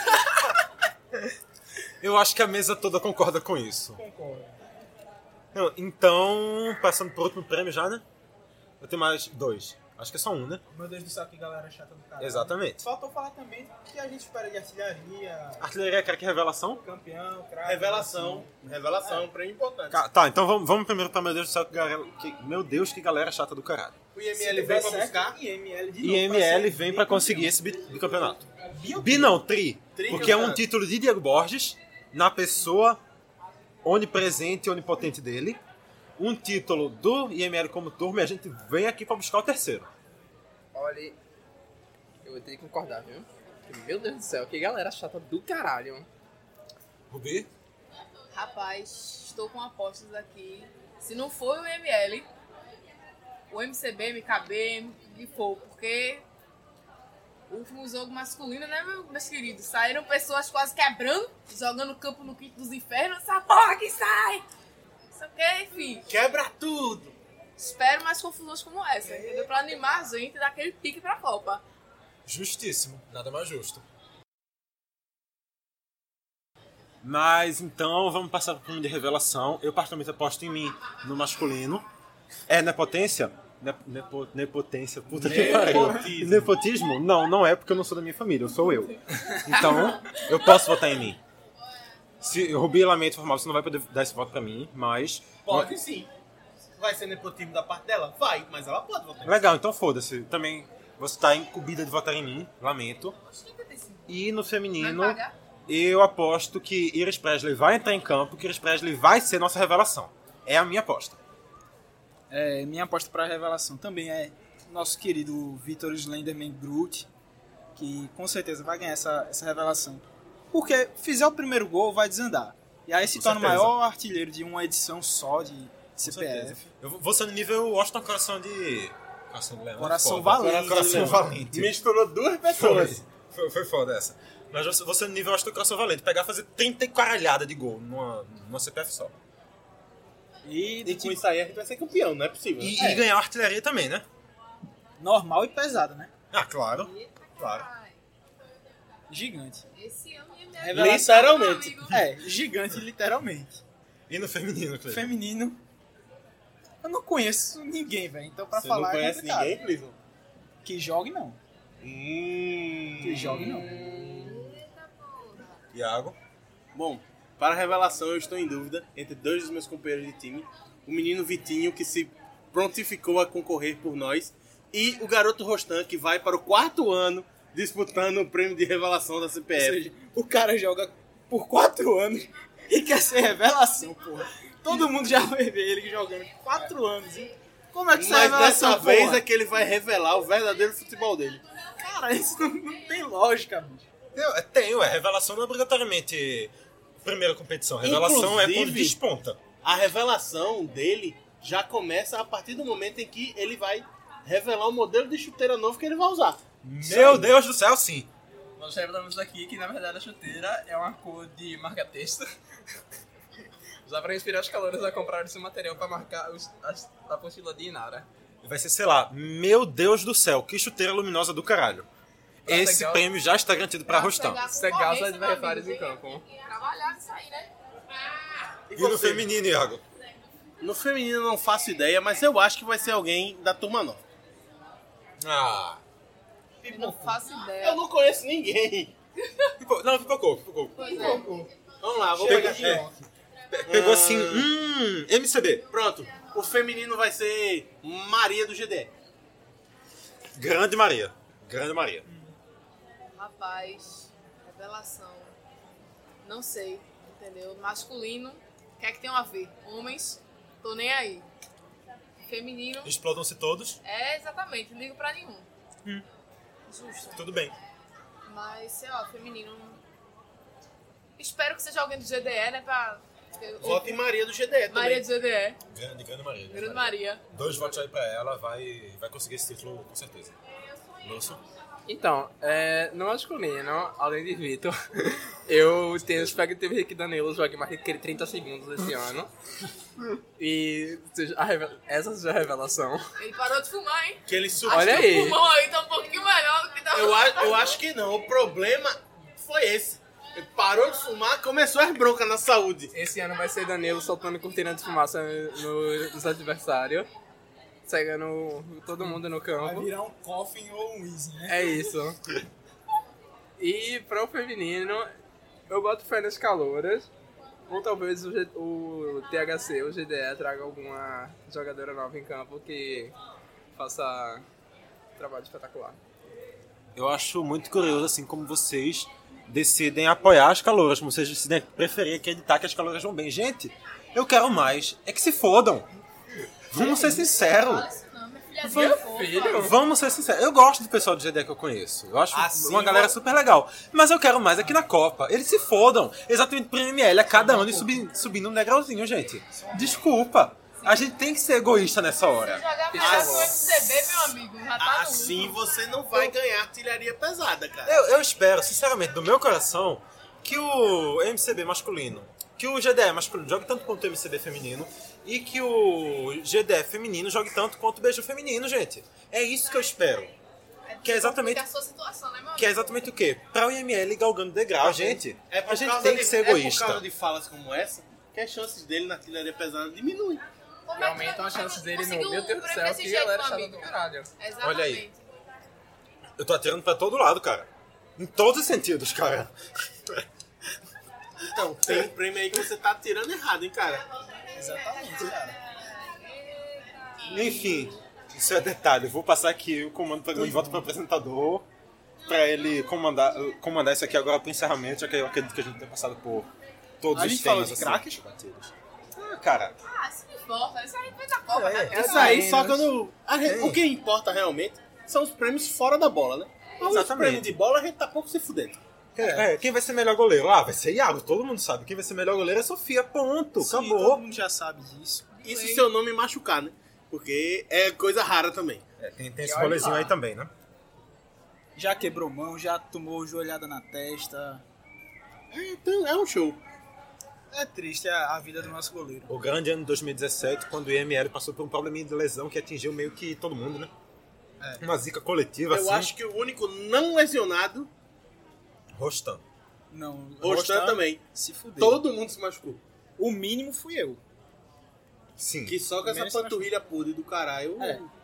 Eu acho que a mesa toda concorda com isso. Concordo. Não, então, passando pro último prêmio já, né? Eu tenho mais 2. Acho que é só um, né? Meu Deus do céu, que galera chata do caralho. Exatamente. Faltou falar também do que a gente espera de artilharia, Artilharia, craque e revelação? campeão, craque. Revelação, um prêmio importante. Tá, então vamos primeiro pra meu Deus do céu, meu Deus, que galera chata do caralho. O IML vem pra buscar. IML de novo. IML vem pra conseguir esse bicampeonato. Bi não, tri. Porque é um título de Diego Borges, na pessoa onipresente e onipotente dele. Um título do IML como turma e a gente vem aqui pra buscar o terceiro. Olha, eu vou ter que concordar, viu? Meu Deus do céu, que galera chata do caralho. Rubi? Rapaz, estou com apostas aqui. Se não for o ML, o MCB, MKB, e for, porque o último jogo masculino, né, meus queridos? Saíram pessoas quase quebrando, jogando o campo no quinto dos infernos. Essa porra que sai! Isso aqui, enfim. Quebra tudo! Espero mais confusões como essa, entendeu? Pra animar a gente e dar aquele pique pra Copa. Justíssimo, nada mais justo. Mas então vamos passar para o prêmio de revelação. Eu particularmente aposto em mim no masculino. É nepotência? Nepotência, puta que pariu. Nepotismo? Não é porque eu não sou da minha família, eu sou eu. Então, eu posso votar em mim. Se Rubi, lamento informar, você não vai poder dar esse voto pra mim, mas... Pode sim. Vai ser nepotismo da parte dela? Vai, mas ela pode votar em mim. Legal, então foda-se. Também você tá incumbida de votar em mim, lamento. E no feminino, eu aposto que Iris Presley vai entrar em campo, que Iris Presley vai ser nossa revelação. É a minha aposta. Minha aposta para a revelação também é nosso querido Victor Slenderman Groot, que com certeza vai ganhar essa revelação. Porque fizer o primeiro gol, vai desandar. E aí se torna o maior artilheiro de uma edição só de CPF. Eu vou ser no nível Washington Coração de... Coração Valente. Coração Valente. Misturou duas pessoas. Foi foda essa. Mas você no nível Washington Coração Valente. Pegar e fazer 30 caralhada de gol numa CPF só. E com isso aí a gente vai ser campeão, não é possível. E ganhar artilharia também, né? Normal e pesada, né? Ah, claro. Gigante. Esse ano é minha Literalmente. Gigante literalmente. E no feminino, Cleiton? Feminino, eu não conheço ninguém, velho. Então pra Você falar não conhece é complicado. ninguém, Cleison? Que jogue não. Que jogue não. Iago? Bom, para a revelação eu estou em dúvida entre dois dos meus companheiros de time. O menino Vitinho, que se prontificou a concorrer por nós, e o garoto Rostan, que vai para o 4º ano disputando o prêmio de revelação da CPF. Ou seja, o cara joga por 4 anos e quer ser revelação, porra. Todo mundo já vai ver ele jogando por 4 anos, hein? Como é que sai Mas dessa vez é que ele vai revelar o verdadeiro futebol dele. Cara, isso não tem lógica, bicho. Tem, revelação não é obrigatoriamente primeira competição. Revelação é quando desponta. A revelação dele já começa a partir do momento em que ele vai revelar o modelo de chuteira novo que ele vai usar. Meu Deus do céu, sim. Nós revelamos aqui que, na verdade, a chuteira é uma cor de marca-texto. Já para inspirar os calouros a comprar esse material para marcar a apostila de Inara. Vai ser, sei lá, meu Deus do céu, que chuteira luminosa do caralho. Esse prêmio já está garantido para Rostão. Cegar os adversários em campo. Trabalhar nisso aí, né? E no feminino, Iago? No feminino eu não faço ideia, mas eu acho que vai ser alguém da turma nova. Ah. Eu não faço ideia. Eu não conheço ninguém. Pipocou. Vamos lá, vou pegar. Pegou assim, MCB. Pronto. O feminino vai ser Maria do GDE. Grande Maria. Rapaz, revelação. Não sei, entendeu? Masculino, o que é que tem a ver? Homens, tô nem aí. Feminino. Explodam-se todos. Exatamente, não ligo pra nenhum. Justo. Tudo bem. Mas, sei lá, feminino. Espero que seja alguém do GDE, né? Voto em Maria do GDE também. Maria do GDE. Grande Maria. Grande Maria. 2 votos aí pra ela, vai conseguir esse título com certeza. Lúcio? Então, no masculino, além de Vitor, eu tenho expectativa de que Danilo jogue mais de 30 segundos esse ano. E essa seja a revelação. Ele parou de fumar, hein? Que ele Olha aí. O pulmão aí tá um pouquinho melhor do que tava. Eu acho que não. O problema foi esse. Ele parou de fumar, começou as broncas na saúde. Esse ano vai ser Danilo soltando cortina de fumaça nos adversários. Cegando todo mundo no campo. Vai virar um coffin ou um easy, né? É isso. E para o feminino, eu boto fé nas calouras. Ou talvez o THC, o GDE, traga alguma jogadora nova em campo que faça trabalho espetacular. Eu acho muito curioso, assim, como vocês decidem apoiar as calouras, como vocês decidem preferir acreditar que as calouras vão bem. Gente, eu quero mais. É que se fodam. Vamos ser sinceros. Vamos ser sinceros. Eu gosto do pessoal do GDE que eu conheço. Eu acho uma galera super legal. Mas eu quero mais aqui na Copa. Eles se fodam. Exatamente pro ML a cada ano e subindo um degrauzinho, gente. Desculpa. A gente tem que ser egoísta nessa hora. Jogar MCB, meu amigo. Já tá assim você não vai ganhar artilharia pesada, cara. Eu espero, sinceramente, do meu coração, que o MCB masculino, que o GDE masculino jogue tanto quanto o MCB feminino e que o GDE feminino jogue tanto quanto o Beiju feminino, gente. É isso que eu espero. Que é exatamente... a sua situação, né, meu amigo? Que é exatamente o quê? Pra o IML galgando degrau, gente. A gente tem que ser É por egoísta. causa de falas como essa que as chances dele na artilharia pesada diminuem. Aumentam as chances dele no... Meu Deus do céu, que galera chata do caralho. Exatamente. Olha aí. Eu tô atirando pra todo lado, cara. Em todos os sentidos, cara. Então, tem um prêmio aí que você tá atirando errado, hein, cara? Exatamente, cara. Enfim, isso é detalhe. Eu vou passar aqui o comando do programa de volta pro apresentador pra ele comandar isso aqui agora pro encerramento, já que eu acredito que a gente tem passado por todos os temas. De craques? Cara... Se importa, isso aí foi da Copa, né? Essa aí, só quando... O que importa realmente são os prêmios fora da bola, né? Mas os prêmios de bola a gente tá pouco se fudendo. Quem vai ser melhor goleiro? Vai ser Iago, todo mundo sabe. Quem vai ser melhor goleiro é Sofia, ponto. Sim, acabou. todo mundo já sabe disso. Isso se seu nome machucar, né? Porque é coisa rara também. Tem esse rolezinho aí também, né? Já quebrou mão, já tomou joelhada na testa. Então, é um show. É triste a vida do nosso goleiro. O grande ano de 2017, quando o IML passou por um probleminha de lesão que atingiu meio que todo mundo, né? Uma zica coletiva, Eu acho que o único não lesionado... Rostan. Não, Rostan também. Se fudeu. Todo mundo se machucou. O mínimo fui eu. Sim. Que só com essa panturrilha podre do caralho...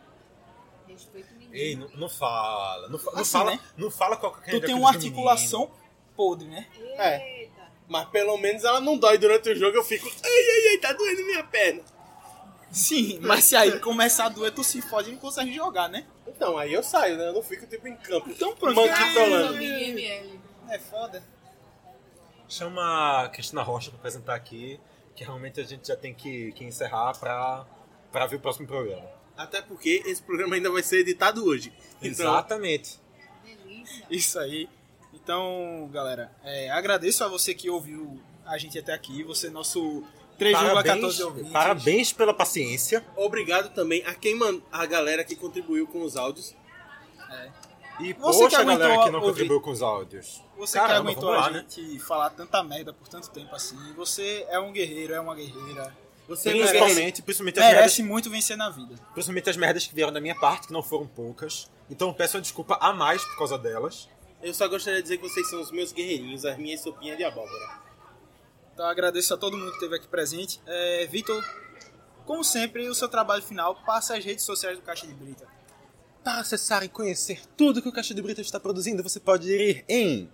Ei, não fala. Não Assim, fala, né? não fala qualquer Tu tem uma articulação podre, né? Mas pelo menos ela não dói durante o jogo, eu fico... Ai, tá doendo minha perna. Sim, mas se aí começar a doer, tu se fode e não consegue jogar, né? Então, aí eu saio, né? Eu não fico tipo em campo. Então pronto. Manquitolando. É foda. Chama a Cristina Rocha pra apresentar aqui, que realmente a gente já tem que encerrar pra ver o próximo programa. Até porque esse programa ainda vai ser editado hoje. Então... Exatamente. Isso aí. Então, galera, agradeço a você que ouviu a gente até aqui. Você é nosso 3,14 ouvintes. Parabéns pela paciência. Obrigado também a galera que contribuiu com os áudios. E Você poxa, que a galera aguentou que não ouvir. contribuiu com os áudios. Você Caramba, que aguentou vamos lá, a gente falar tanta merda por tanto tempo assim. Você é um guerreiro, é uma guerreira. Você Principalmente as merece merdas, muito vencer na vida. principalmente as merdas que vieram da minha parte, que não foram poucas. Então peço uma desculpa a mais por causa delas. Eu só gostaria de dizer que vocês são os meus guerreirinhos, as minhas sopinhas de abóbora. Então agradeço a todo mundo que esteve aqui presente. Vitor, como sempre, o seu trabalho final, passa as redes sociais do Caixa de Brita. Para acessar e conhecer tudo que o Caixa de Brita está produzindo, você pode ir em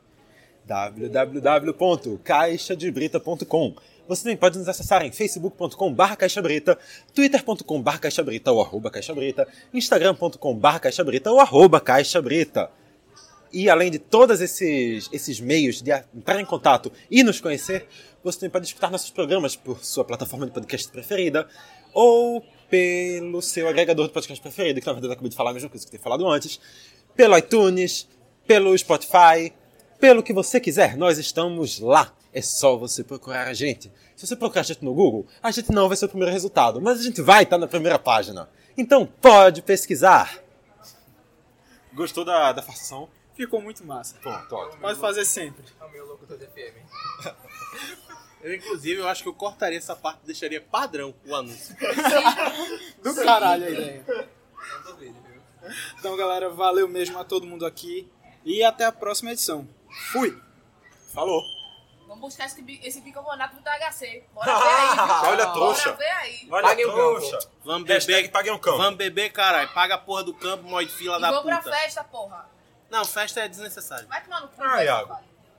www.caixadebrita.com. Você também pode nos acessar em facebook.com/caixabrita, twitter.com/caixabrita ou @caixabrita, instagram.com/caixabrita ou @caixabrita. E além de todos esses meios de entrar em contato e nos conhecer, você também pode escutar nossos programas por sua plataforma de podcast preferida ou pelo seu agregador de podcast preferido, que na verdade eu acabei de falar a mesma coisa que eu tinha falado antes, pelo iTunes, pelo Spotify, pelo que você quiser, nós estamos lá. É só você procurar a gente. Se você procurar a gente no Google, a gente não vai ser o primeiro resultado, mas a gente vai estar na primeira página. Então pode pesquisar. Gostou da farsação? Ficou muito massa. Pronto, ótimo. Pode fazer sempre. É o meu locutor de FM. Inclusive, eu acho que eu cortaria essa parte e deixaria padrão o anúncio. Do caralho a ideia. Então, galera, valeu mesmo a todo mundo aqui. E até a próxima edição. Fui! Falou! Vamos buscar esse bicarbonato do THC. Bora ver aí, viu? Olha a trouxa. Bora ver aí. Olha Pague a o trouxa! campo. Vamos beber, paguem um campo. Vamos beber, caralho. Paga a porra do campo, mói de fila E da vamos puta. pra festa, porra. Não, festa é desnecessário. Vai tomar no cu. Ah, Iago.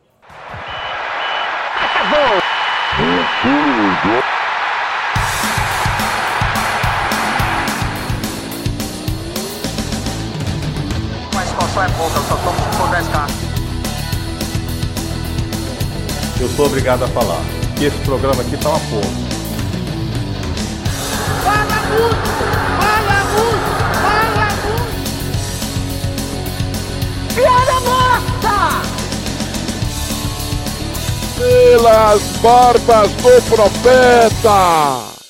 Mas expansão é pouca, eu só tomo se for 10k. Eu sou obrigado a falar que esse programa aqui tá uma porra. Fala muito! Fala muito! Fala muito! Piada morta! Pelas barbas do profeta!